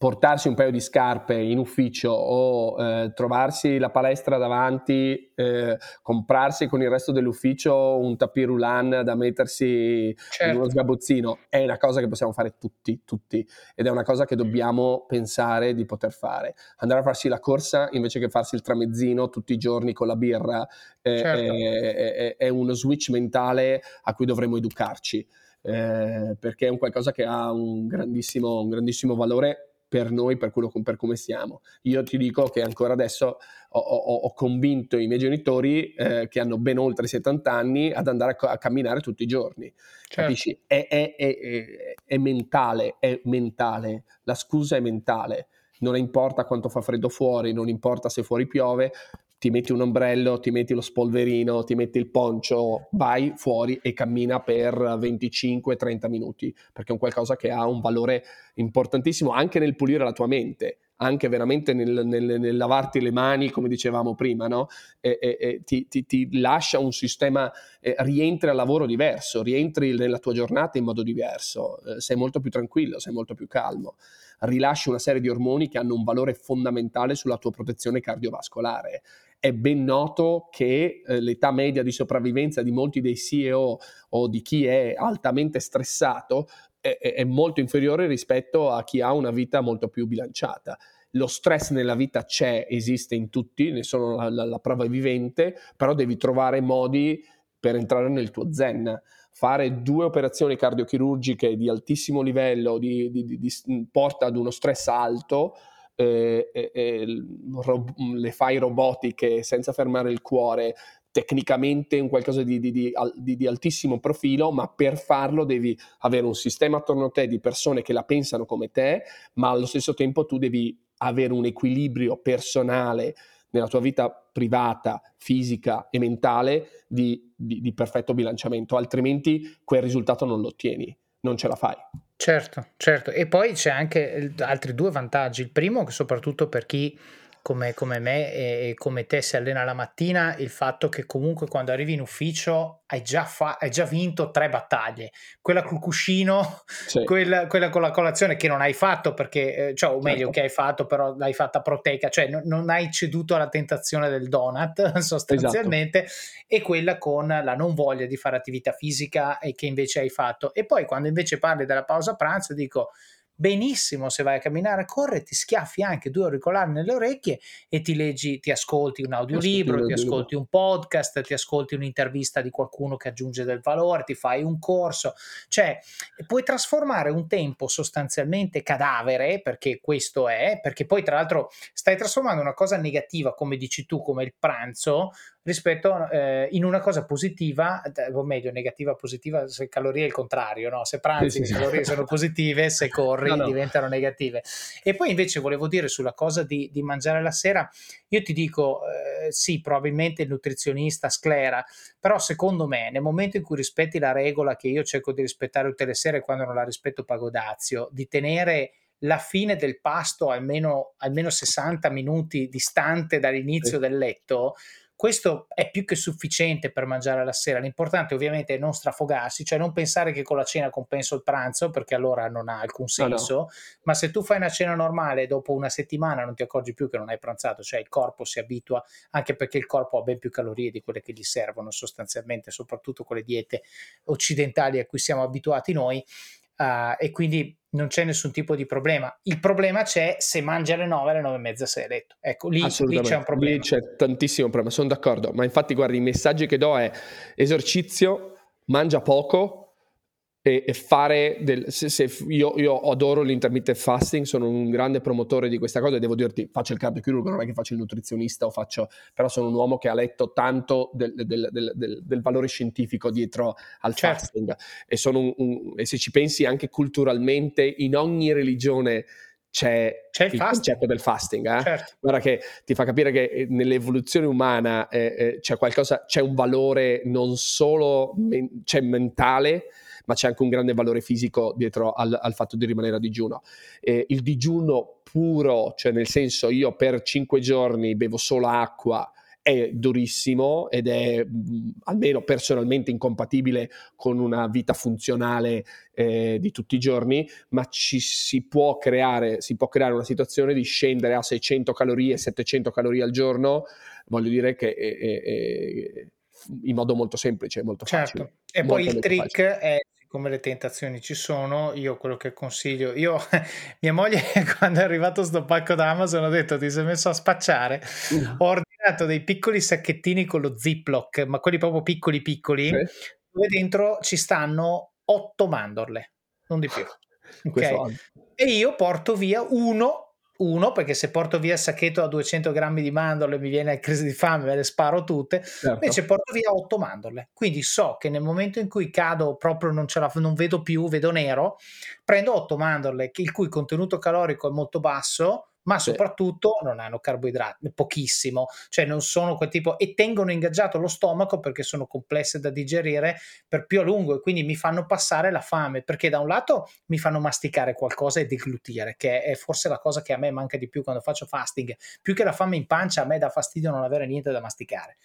portarsi un paio di scarpe in ufficio o trovarsi la palestra davanti, comprarsi con il resto dell'ufficio un tapis roulant da mettersi in uno sgabuzzino, è una cosa che possiamo fare tutti, ed è una cosa che dobbiamo pensare di poter fare. Andare a farsi la corsa invece che farsi il tramezzino tutti i giorni con la birra è uno switch mentale a cui dovremmo educarci, perché è un qualcosa che ha un grandissimo valore per noi, per come siamo. Io ti dico che ancora adesso ho convinto i miei genitori, che hanno ben oltre 70 anni, ad andare a camminare tutti i giorni. Capisci? È mentale, la scusa è mentale. Non importa quanto fa freddo fuori, non importa se fuori piove, ti metti un ombrello, ti metti lo spolverino, ti metti il poncho, vai fuori e cammina per 25-30 minuti, perché è un qualcosa che ha un valore importantissimo anche nel pulire la tua mente, anche veramente nel lavarti le mani, come dicevamo prima, no? Ti lascia un sistema, rientri al lavoro diverso, rientri nella tua giornata in modo diverso, sei molto più tranquillo, sei molto più calmo, rilasci una serie di ormoni che hanno un valore fondamentale sulla tua protezione cardiovascolare. È ben noto che l'età media di sopravvivenza di molti dei CEO o di chi è altamente stressato è molto inferiore rispetto a chi ha una vita molto più bilanciata. Lo stress nella vita c'è, esiste in tutti, ne sono la prova vivente, però devi trovare modi per entrare nel tuo zen. Fare 2 operazioni cardiochirurgiche di altissimo livello porta ad uno stress alto, le fai robotiche senza fermare il cuore, tecnicamente un qualcosa di altissimo profilo, ma per farlo devi avere un sistema attorno a te di persone che la pensano come te, ma allo stesso tempo tu devi avere un equilibrio personale nella tua vita privata, fisica e mentale di perfetto bilanciamento, altrimenti quel risultato non lo ottieni, non ce la fai. Certo. E poi c'è anche altri 2 vantaggi. Il primo, che soprattutto per chi come me e come te si allena la mattina, il fatto che comunque quando arrivi in ufficio hai già vinto 3 battaglie. Quella col cuscino, Sì. quella con la colazione che non hai fatto perché, o meglio, che hai fatto però l'hai fatta proteica, cioè non hai ceduto alla tentazione del donut sostanzialmente, e quella con la non voglia di fare attività fisica e che invece hai fatto. E poi quando invece parli della pausa pranzo dico: benissimo, se vai a camminare, a correre, ti schiaffi anche 2 auricolari nelle orecchie e ti ascolti un audiolibro, ti ascolti un podcast, ti ascolti un'intervista di qualcuno che aggiunge del valore, ti fai un corso, cioè puoi trasformare un tempo sostanzialmente cadavere, perché questo è, perché poi tra l'altro stai trasformando una cosa negativa, come dici tu, come il pranzo, rispetto in una cosa positiva, o meglio negativa positiva, se calorie è il contrario, no? Se pranzi le calorie sono positive, se corri diventano negative. E poi invece volevo dire sulla cosa di mangiare la sera, io ti dico sì, probabilmente il nutrizionista sclera, però secondo me nel momento in cui rispetti la regola che io cerco di rispettare tutte le sere, quando non la rispetto pago dazio, di tenere la fine del pasto almeno 60 minuti distante dall'inizio del letto, questo è più che sufficiente per mangiare la sera. L'importante ovviamente è non strafogarsi, cioè non pensare che con la cena compenso il pranzo, perché allora non ha alcun senso, ma se tu fai una cena normale dopo una settimana non ti accorgi più che non hai pranzato, cioè il corpo si abitua, anche perché il corpo ha ben più calorie di quelle che gli servono sostanzialmente, soprattutto con le diete occidentali a cui siamo abituati noi. E quindi non c'è nessun tipo di problema. Il problema c'è se mangi alle 9, alle 9 e mezza sei a letto. Ecco, lì c'è un problema. Lì c'è tantissimo problema, sono d'accordo. Ma infatti, guardi, i messaggi che do è esercizio, mangia poco e fare io adoro l'intermittent fasting, sono un grande promotore di questa cosa e devo dirti, faccio il cardiochirurgo, non è che faccio il nutrizionista però sono un uomo che ha letto tanto del valore scientifico dietro al fasting, e se ci pensi anche culturalmente in ogni religione c'è il concetto del fasting, Guarda che ti fa capire che nell'evoluzione umana c'è un valore non solo c'è mentale, ma c'è anche un grande valore fisico dietro al fatto di rimanere a digiuno. Il digiuno puro, cioè nel senso io per 5 giorni bevo solo acqua è durissimo ed è almeno personalmente incompatibile con una vita funzionale di tutti i giorni, ma si può creare una situazione di scendere a 600 calorie, 700 calorie al giorno, voglio dire che in modo molto semplice, molto facile. Certo. E Molto, poi il molto trick facile. è, siccome le tentazioni ci sono, io quello che consiglio, mia moglie quando è arrivato sto pacco da Amazon ho detto ti sei messo a spacciare, ho ordinato dei piccoli sacchettini con lo Ziploc, ma quelli proprio piccoli piccoli, Sì. dove dentro ci stanno 8 mandorle, non di più. Questo Ok? E io porto via uno, perché se porto via il sacchetto a 200 grammi di mandorle mi viene crisi di fame, me le sparo tutte. certo. Invece porto via 8 mandorle, quindi so che nel momento in cui cado proprio non vedo più, vedo nero, prendo 8 mandorle il cui contenuto calorico è molto basso, ma Sì. soprattutto non hanno carboidrati, pochissimo, cioè non sono quel tipo, e tengono ingaggiato lo stomaco perché sono complesse da digerire per più a lungo e quindi mi fanno passare la fame, perché da un lato mi fanno masticare qualcosa e deglutire, che è forse la cosa che a me manca di più quando faccio fasting, più che la fame in pancia a me dà fastidio non avere niente da masticare.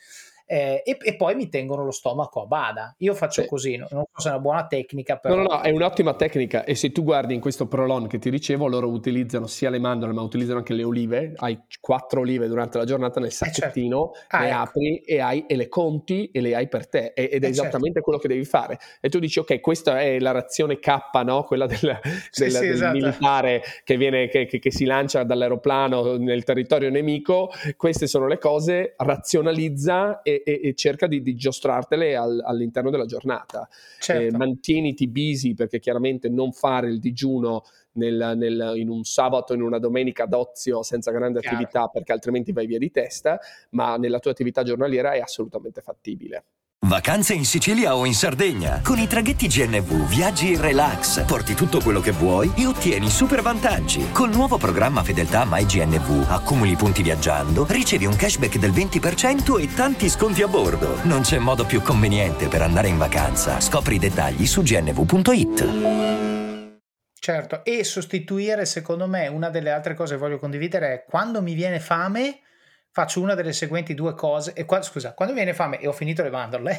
E poi mi tengono lo stomaco a bada. Io faccio Sì. così, non so se è una buona tecnica, però No, è un'ottima tecnica, e se tu guardi in questo Prolon che ti dicevo, loro utilizzano sia le mandorle ma utilizzano anche le olive, hai 4 olive durante la giornata nel sacchettino, certo. le Ecco. apri e le conti e le hai per te, ed è esattamente quello che devi fare, e tu dici ok, questa è la razione K, no? Quella del Esatto. militare che si lancia dall'aeroplano nel territorio nemico. Queste sono le cose, razionalizza e cerca di giostrartele all'interno della giornata. Certo. Mantieniti busy, perché chiaramente non fare il digiuno in un sabato, in una domenica d'ozio senza grande Chiaro. attività, perché altrimenti vai via di testa, ma nella tua attività giornaliera è assolutamente fattibile. Vacanze in Sicilia o in Sardegna. Con i traghetti GNV viaggi in relax, porti tutto quello che vuoi e ottieni super vantaggi. Col nuovo programma Fedeltà MyGNV accumuli punti viaggiando, ricevi un cashback del 20% e tanti sconti a bordo. Non c'è modo più conveniente per andare in vacanza. Scopri i dettagli su gnv.it. Certo, e sostituire, secondo me, una delle altre cose che voglio condividere è quando mi viene fame faccio una delle seguenti due cose, quando mi viene fame e ho finito le mandorle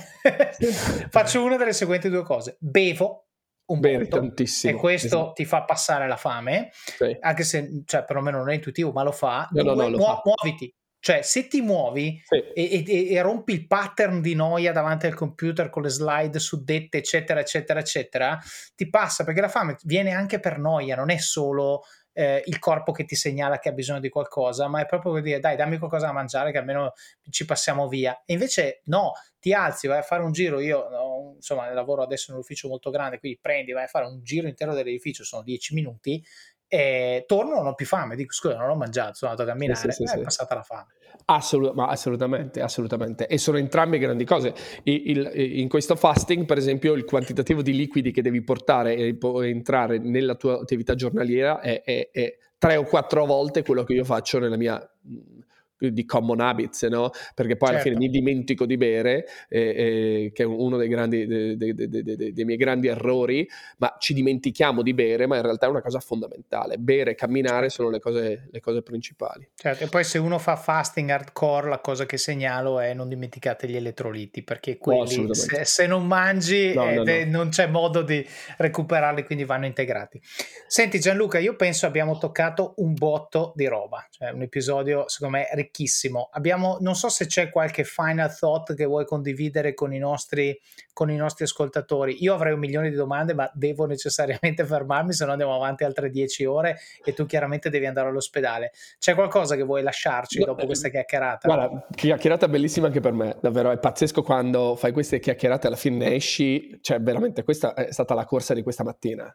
faccio una delle seguenti due cose: bevo un botto tantissimo, e questo esatto. ti fa passare la fame, Sì. anche se, cioè, perlomeno non è intuitivo, ma lo fa. No, lo fa. Muoviti, cioè se ti muovi Sì. e rompi il pattern di noia davanti al computer con le slide suddette eccetera eccetera eccetera, ti passa, perché la fame viene anche per noia, non è solo il corpo che ti segnala che ha bisogno di qualcosa, ma è proprio per dire dai, dammi qualcosa da mangiare che almeno ci passiamo via. E invece no, ti alzi, vai a fare un giro. Io insomma lavoro adesso in un ufficio molto grande, quindi vai a fare un giro intero dell'edificio, sono 10 minuti e torno, non ho più fame, dico scusa, non ho mangiato, sono andato a camminare, Sì. è passata la fame. Assolutamente, e sono entrambe grandi cose. In questo fasting, per esempio, il quantitativo di liquidi che devi portare e entrare nella tua attività giornaliera è 3 o 4 volte quello che io faccio nella mia di common habits, no? Perché poi alla fine mi dimentico di bere, che è uno dei miei grandi errori, ma ci dimentichiamo di bere, ma in realtà è una cosa fondamentale. Bere e camminare sono le cose principali. Certo, e poi se uno fa fasting hardcore, la cosa che segnalo è non dimenticate gli elettroliti, perché quelli se non mangi non c'è modo di recuperarli, quindi vanno integrati. Senti Gianluca, io penso abbiamo toccato un botto di roba, cioè un episodio secondo me ricchissimo. Non so se c'è qualche final thought che vuoi condividere con i nostri ascoltatori. Io avrei 1 milione di domande, ma devo necessariamente fermarmi, se no andiamo avanti altre 10 ore e tu chiaramente devi andare all'ospedale. C'è qualcosa che vuoi lasciarci dopo questa chiacchierata? Guarda, chiacchierata bellissima anche per me, davvero è pazzesco quando fai queste chiacchierate, alla fine ne esci, cioè veramente questa è stata la corsa di questa mattina.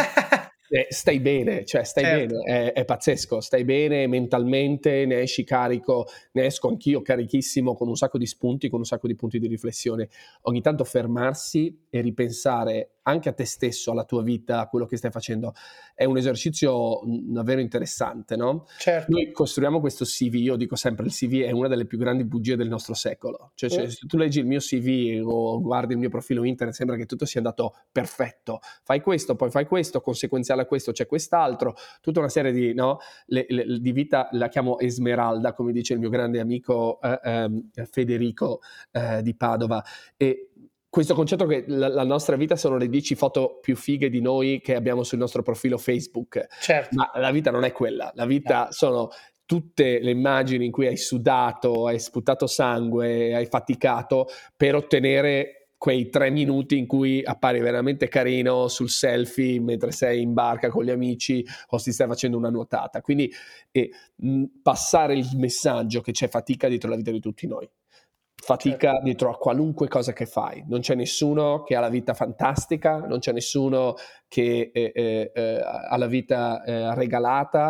Stai bene, bene, è pazzesco, stai bene mentalmente, ne esci carico, ne esco anch'io carichissimo, con un sacco di spunti, con un sacco di punti di riflessione. Ogni tanto fermarsi e ripensare anche a te stesso, alla tua vita, a quello che stai facendo, è un esercizio davvero interessante, no? Certo. Noi costruiamo questo CV, io dico sempre il CV è una delle più grandi bugie del nostro secolo, cioè se tu leggi il mio CV o guardi il mio profilo internet sembra che tutto sia andato perfetto, fai questo, poi fai questo, conseguenzialmente a questo c'è quest'altro, tutta una serie di, no, di vita, la chiamo Esmeralda, come dice il mio grande amico Federico di Padova, e questo concetto che la nostra vita sono le 10 foto più fighe di noi che abbiamo sul nostro profilo Facebook. Certo. Ma la vita non è quella, la vita sono tutte le immagini in cui hai sudato, hai sputato sangue, hai faticato per ottenere quei 3 minuti in cui appari veramente carino sul selfie mentre sei in barca con gli amici o ti stai facendo una nuotata. Quindi passare il messaggio che c'è fatica dietro la vita di tutti noi. Fatica, certo, dietro a qualunque cosa che fai. Non c'è nessuno che ha la vita fantastica, non c'è nessuno che ha la vita regalata,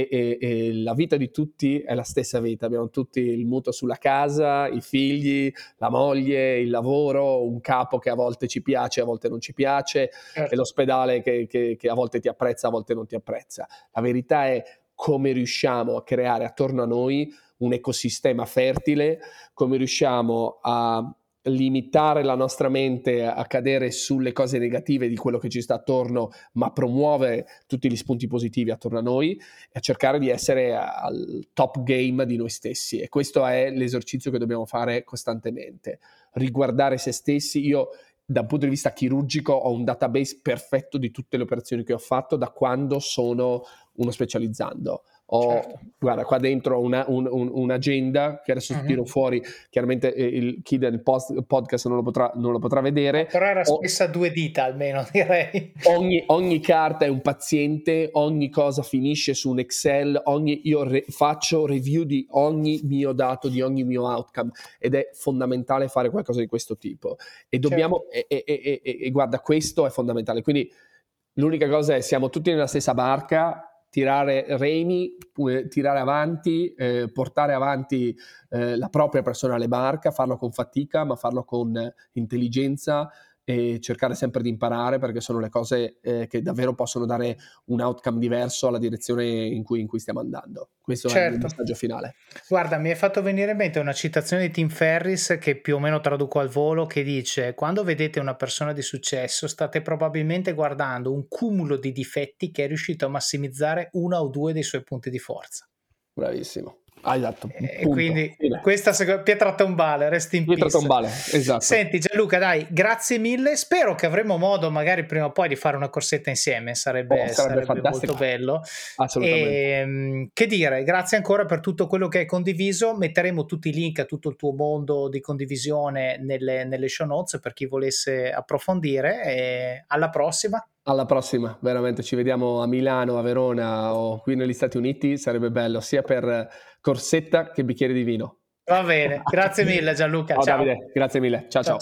e la vita di tutti è la stessa vita. Abbiamo tutti il mutuo sulla casa, i figli, la moglie, il lavoro, un capo che a volte ci piace, a volte non ci piace, certo, e l'ospedale che a volte ti apprezza, a volte non ti apprezza. La verità è come riusciamo a creare attorno a noi un ecosistema fertile, come riusciamo a limitare la nostra mente a cadere sulle cose negative di quello che ci sta attorno, ma promuovere tutti gli spunti positivi attorno a noi e a cercare di essere al top game di noi stessi. E questo è l'esercizio che dobbiamo fare costantemente, riguardare se stessi. Io, da un punto di vista chirurgico, ho un database perfetto di tutte le operazioni che ho fatto da quando sono uno specializzando. Certo. Guarda, qua dentro un'agenda che adesso tiro fuori, chiaramente chi del podcast non lo potrà vedere, però era spessa 2 dita almeno, direi. Ogni carta è un paziente, ogni cosa finisce su un Excel, io faccio review di ogni mio dato, di ogni mio outcome, ed è fondamentale fare qualcosa di questo tipo, e dobbiamo, certo, e guarda, questo è fondamentale. Quindi l'unica cosa è, siamo tutti nella stessa barca, tirare remi, tirare avanti, portare avanti la propria personale barca, farlo con fatica ma farlo con intelligenza, e cercare sempre di imparare, perché sono le cose che davvero possono dare un outcome diverso alla direzione in cui stiamo andando. Questo, certo, è il mio messaggio finale. Guarda, mi è fatto venire in mente una citazione di Tim Ferriss che più o meno traduco al volo, che dice: quando vedete una persona di successo state probabilmente guardando un cumulo di difetti che è riuscito a massimizzare 1 o 2 dei suoi punti di forza. Bravissimo. Esatto. Quindi questa pietra tombale, rest in peace. Tombale, esatto. Senti Gianluca, dai, grazie mille, spero che avremo modo magari prima o poi di fare una corsetta insieme, sarebbe molto bello. Assolutamente. Che dire, grazie ancora per tutto quello che hai condiviso. Metteremo tutti i link a tutto il tuo mondo di condivisione nelle show notes per chi volesse approfondire, e alla prossima. Alla prossima, veramente, ci vediamo a Milano, a Verona o qui negli Stati Uniti, sarebbe bello, sia per corsetta che bicchiere di vino. Va bene, grazie mille Gianluca. Ciao Davide, grazie mille, ciao.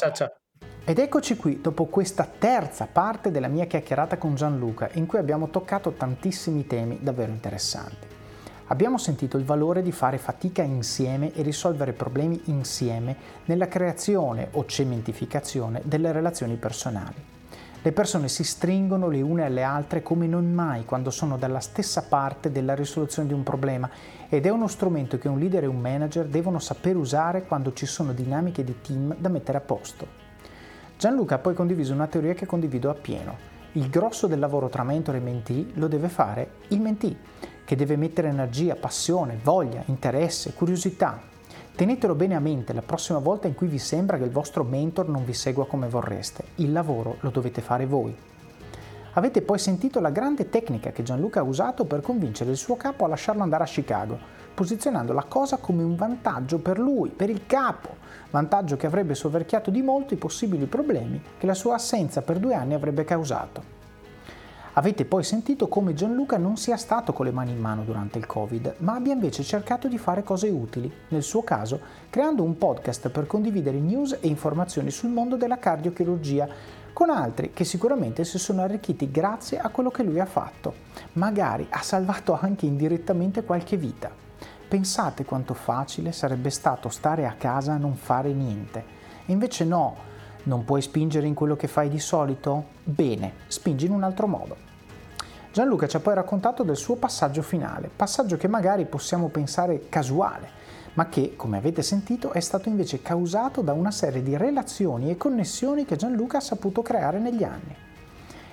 Ed eccoci qui, dopo questa terza parte della mia chiacchierata con Gianluca, in cui abbiamo toccato tantissimi temi davvero interessanti. Abbiamo sentito il valore di fare fatica insieme e risolvere problemi insieme nella creazione o cementificazione delle relazioni personali. Le persone si stringono le une alle altre come non mai quando sono dalla stessa parte della risoluzione di un problema, ed è uno strumento che un leader e un manager devono saper usare quando ci sono dinamiche di team da mettere a posto. Gianluca ha poi condiviso una teoria che condivido appieno. Il grosso del lavoro tra mentore e mentee lo deve fare il mentee, che deve mettere energia, passione, voglia, interesse, curiosità. Tenetelo bene a mente la prossima volta in cui vi sembra che il vostro mentor non vi segua come vorreste. Il lavoro lo dovete fare voi. Avete poi sentito la grande tecnica che Gianluca ha usato per convincere il suo capo a lasciarlo andare a Chicago, posizionando la cosa come un vantaggio per lui, per il capo, vantaggio che avrebbe soverchiato di molto i possibili problemi che la sua assenza per 2 anni avrebbe causato. Avete poi sentito come Gianluca non sia stato con le mani in mano durante il Covid, ma abbia invece cercato di fare cose utili, nel suo caso creando un podcast per condividere news e informazioni sul mondo della cardiochirurgia, con altri che sicuramente si sono arricchiti grazie a quello che lui ha fatto. Magari ha salvato anche indirettamente qualche vita. Pensate quanto facile sarebbe stato stare a casa a non fare niente. E invece no, non puoi spingere in quello che fai di solito? Bene, spingi in un altro modo. Gianluca ci ha poi raccontato del suo passaggio finale, passaggio che magari possiamo pensare casuale, ma che, come avete sentito, è stato invece causato da una serie di relazioni e connessioni che Gianluca ha saputo creare negli anni.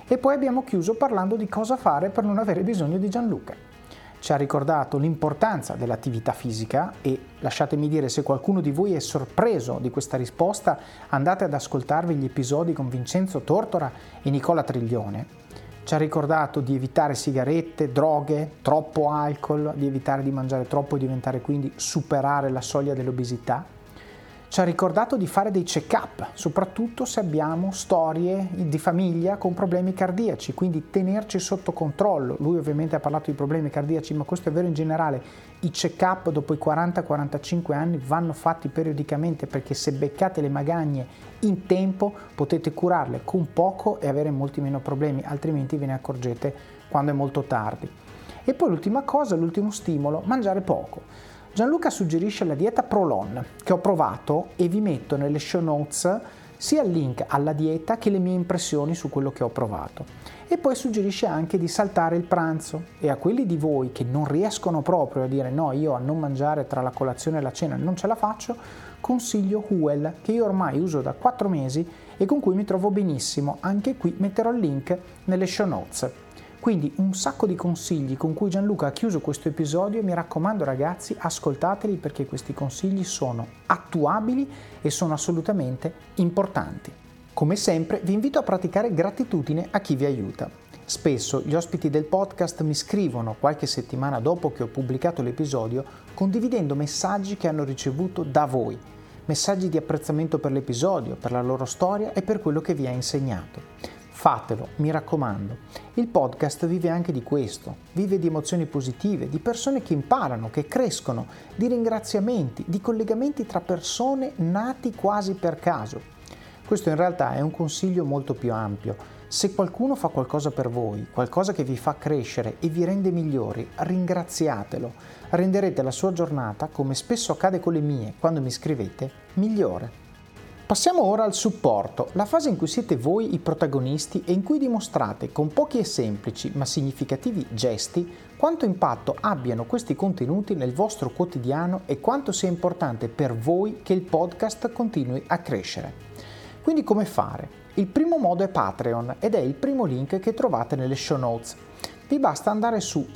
E poi abbiamo chiuso parlando di cosa fare per non avere bisogno di Gianluca. Ci ha ricordato l'importanza dell'attività fisica e lasciatemi dire, se qualcuno di voi è sorpreso di questa risposta, andate ad ascoltarvi gli episodi con Vincenzo Tortora e Nicola Triglione. Ci ha ricordato di evitare sigarette, droghe, troppo alcol, di evitare di mangiare troppo e quindi superare la soglia dell'obesità. Ci ha ricordato di fare dei check-up, soprattutto se abbiamo storie di famiglia con problemi cardiaci, quindi tenerci sotto controllo. Lui ovviamente ha parlato di problemi cardiaci, ma questo è vero in generale. I check-up dopo i 40-45 anni vanno fatti periodicamente, perché se beccate le magagne in tempo potete curarle con poco e avere molti meno problemi, altrimenti ve ne accorgete quando è molto tardi. E poi l'ultima cosa, l'ultimo stimolo, mangiare poco. Gianluca suggerisce la dieta Prolon, che ho provato e vi metto nelle show notes sia il link alla dieta che le mie impressioni su quello che ho provato. E poi suggerisce anche di saltare il pranzo, e a quelli di voi che non riescono proprio a dire no, io a non mangiare tra la colazione e la cena non ce la faccio, consiglio Huel, che io ormai uso da 4 mesi e con cui mi trovo benissimo. Anche qui metterò il link nelle show notes. Quindi un sacco di consigli con cui Gianluca ha chiuso questo episodio e mi raccomando ragazzi, ascoltateli, perché questi consigli sono attuabili e sono assolutamente importanti. Come sempre vi invito a praticare gratitudine a chi vi aiuta. Spesso gli ospiti del podcast mi scrivono qualche settimana dopo che ho pubblicato l'episodio condividendo messaggi che hanno ricevuto da voi, messaggi di apprezzamento per l'episodio, per la loro storia e per quello che vi ha insegnato. Fatelo, mi raccomando. Il podcast vive anche di questo, vive di emozioni positive, di persone che imparano, che crescono, di ringraziamenti, di collegamenti tra persone nati quasi per caso. Questo in realtà è un consiglio molto più ampio. Se qualcuno fa qualcosa per voi, qualcosa che vi fa crescere e vi rende migliori, ringraziatelo. Renderete la sua giornata, come spesso accade con le mie, quando mi scrivete, migliore. Passiamo ora al supporto, la fase in cui siete voi i protagonisti e in cui dimostrate con pochi e semplici ma significativi gesti quanto impatto abbiano questi contenuti nel vostro quotidiano e quanto sia importante per voi che il podcast continui a crescere. Quindi come fare? Il primo modo è Patreon ed è il primo link che trovate nelle show notes. Vi basta andare su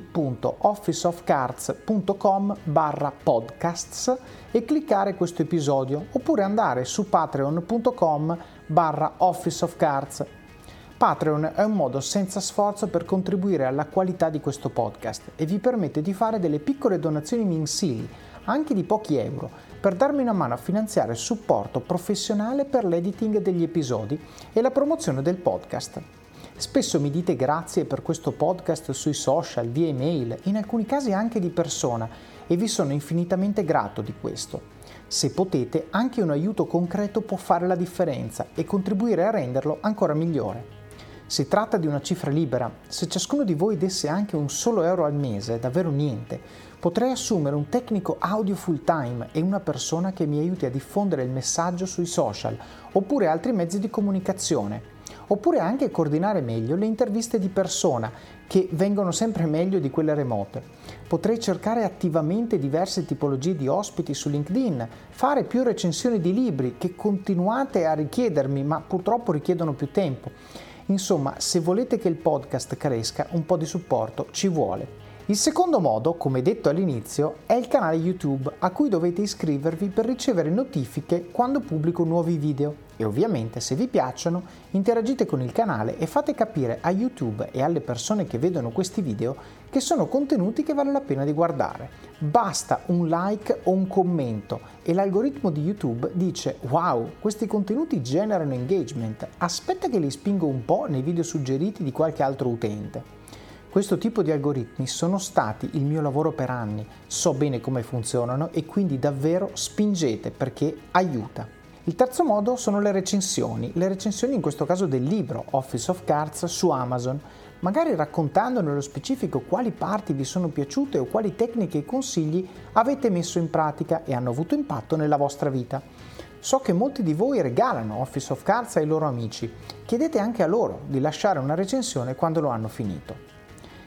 it.officeofcards.com/podcasts e cliccare questo episodio, oppure andare su patreon.com/officeofcards. Patreon è un modo senza sforzo per contribuire alla qualità di questo podcast e vi permette di fare delle piccole donazioni mensili, anche di pochi euro, per darmi una mano a finanziare il supporto professionale per l'editing degli episodi e la promozione del podcast. Spesso mi dite grazie per questo podcast sui social, via email, in alcuni casi anche di persona, e vi sono infinitamente grato di questo. Se potete, anche un aiuto concreto può fare la differenza e contribuire a renderlo ancora migliore. Si tratta di una cifra libera. Se ciascuno di voi desse anche un solo euro al mese, davvero niente, potrei assumere un tecnico audio full time e una persona che mi aiuti a diffondere il messaggio sui social, oppure altri mezzi di comunicazione. Oppure anche coordinare meglio le interviste di persona, che vengono sempre meglio di quelle remote. Potrei cercare attivamente diverse tipologie di ospiti su LinkedIn, fare più recensioni di libri che continuate a richiedermi, ma purtroppo richiedono più tempo. Insomma, se volete che il podcast cresca, un po' di supporto ci vuole. Il secondo modo, come detto all'inizio, è il canale YouTube, a cui dovete iscrivervi per ricevere notifiche quando pubblico nuovi video. E ovviamente, se vi piacciono, interagite con il canale e fate capire a YouTube e alle persone che vedono questi video che sono contenuti che vale la pena di guardare. Basta un like o un commento e l'algoritmo di YouTube dice «Wow, questi contenuti generano engagement, aspetta che li spingo un po' nei video suggeriti di qualche altro utente». Questo tipo di algoritmi sono stati il mio lavoro per anni, so bene come funzionano e quindi davvero spingete perché aiuta. Il terzo modo sono le recensioni in questo caso del libro Office of Cards su Amazon, magari raccontando nello specifico quali parti vi sono piaciute o quali tecniche e consigli avete messo in pratica e hanno avuto impatto nella vostra vita. So che molti di voi regalano Office of Cards ai loro amici, chiedete anche a loro di lasciare una recensione quando lo hanno finito.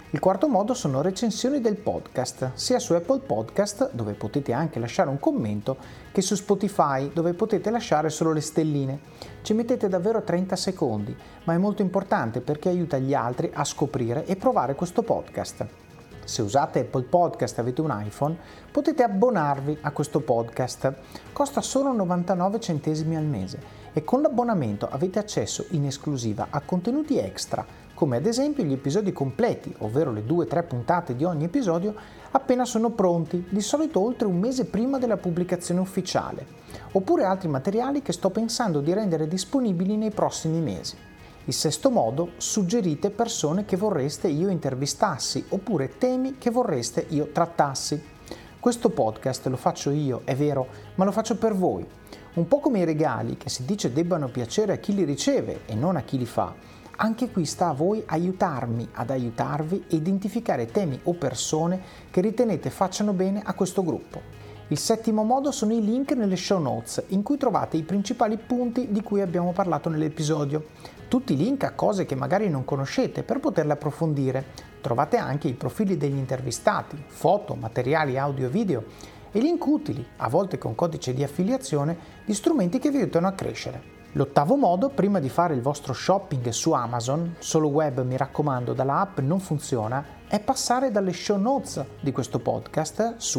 Il quarto modo sono recensioni del podcast, sia su Apple Podcast, dove potete anche lasciare un commento, che su Spotify, dove potete lasciare solo le stelline. Ci mettete davvero 30 secondi, ma è molto importante perché aiuta gli altri a scoprire e provare questo podcast. Se usate Apple Podcast e avete un iPhone, potete abbonarvi a questo podcast. Costa solo 99 centesimi al mese e con l'abbonamento avete accesso in esclusiva a contenuti extra, come ad esempio gli episodi completi, ovvero le 2-3 puntate di ogni episodio, appena sono pronti, di solito oltre un mese prima della pubblicazione ufficiale, oppure altri materiali che sto pensando di rendere disponibili nei prossimi mesi. Il sesto modo, suggerite persone che vorreste io intervistassi, oppure temi che vorreste io trattassi. Questo podcast lo faccio io, è vero, ma lo faccio per voi. Un po' come i regali, che si dice debbano piacere a chi li riceve e non a chi li fa. Anche qui sta a voi aiutarmi ad aiutarvi e identificare temi o persone che ritenete facciano bene a questo gruppo. Il settimo modo sono i link nelle show notes, in cui trovate i principali punti di cui abbiamo parlato nell'episodio. Tutti i link a cose che magari non conoscete per poterle approfondire. Trovate anche i profili degli intervistati, foto, materiali audio e video e link utili, a volte con codice di affiliazione, di strumenti che vi aiutano a crescere. L'ottavo modo, prima di fare il vostro shopping su Amazon, solo web mi raccomando, dalla app non funziona, è passare dalle show notes di questo podcast su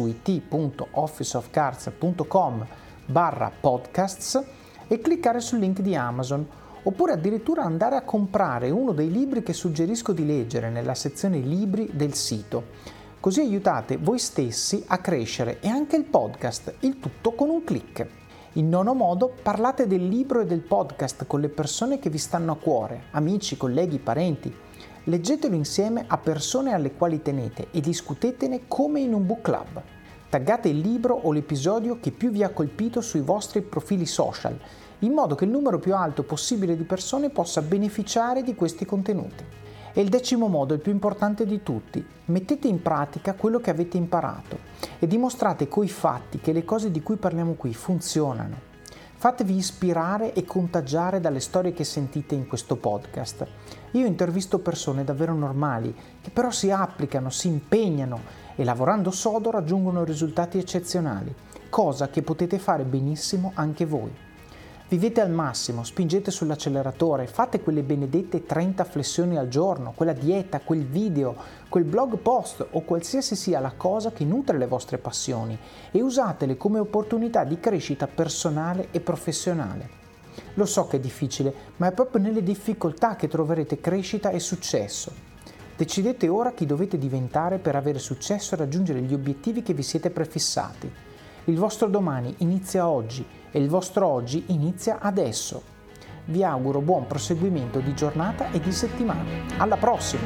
it.officeofcards.com/podcasts e cliccare sul link di Amazon, oppure addirittura andare a comprare uno dei libri che suggerisco di leggere nella sezione libri del sito. Così aiutate voi stessi a crescere e anche il podcast, il tutto con un click. In nono modo, parlate del libro e del podcast con le persone che vi stanno a cuore, amici, colleghi, parenti. Leggetelo insieme a persone alle quali tenete e discutetene come in un book club. Taggate il libro o l'episodio che più vi ha colpito sui vostri profili social, in modo che il numero più alto possibile di persone possa beneficiare di questi contenuti. E il decimo modo, il più importante di tutti, mettete in pratica quello che avete imparato e dimostrate coi fatti che le cose di cui parliamo qui funzionano. Fatevi ispirare e contagiare dalle storie che sentite in questo podcast. Io intervisto persone davvero normali, che però si applicano, si impegnano e lavorando sodo raggiungono risultati eccezionali, cosa che potete fare benissimo anche voi. Vivete al massimo, spingete sull'acceleratore, fate quelle benedette 30 flessioni al giorno, quella dieta, quel video, quel blog post o qualsiasi sia la cosa che nutre le vostre passioni e usatele come opportunità di crescita personale e professionale. Lo so che è difficile, ma è proprio nelle difficoltà che troverete crescita e successo. Decidete ora chi dovete diventare per avere successo e raggiungere gli obiettivi che vi siete prefissati. Il vostro domani inizia oggi e il vostro oggi inizia adesso. Vi auguro buon proseguimento di giornata e di settimana. Alla prossima!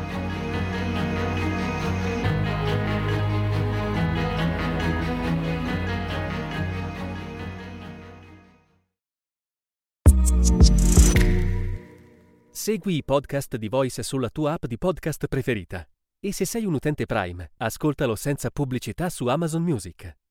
Segui i podcast di Voice sulla tua app di podcast preferita. E se sei un utente Prime, ascoltalo senza pubblicità su Amazon Music.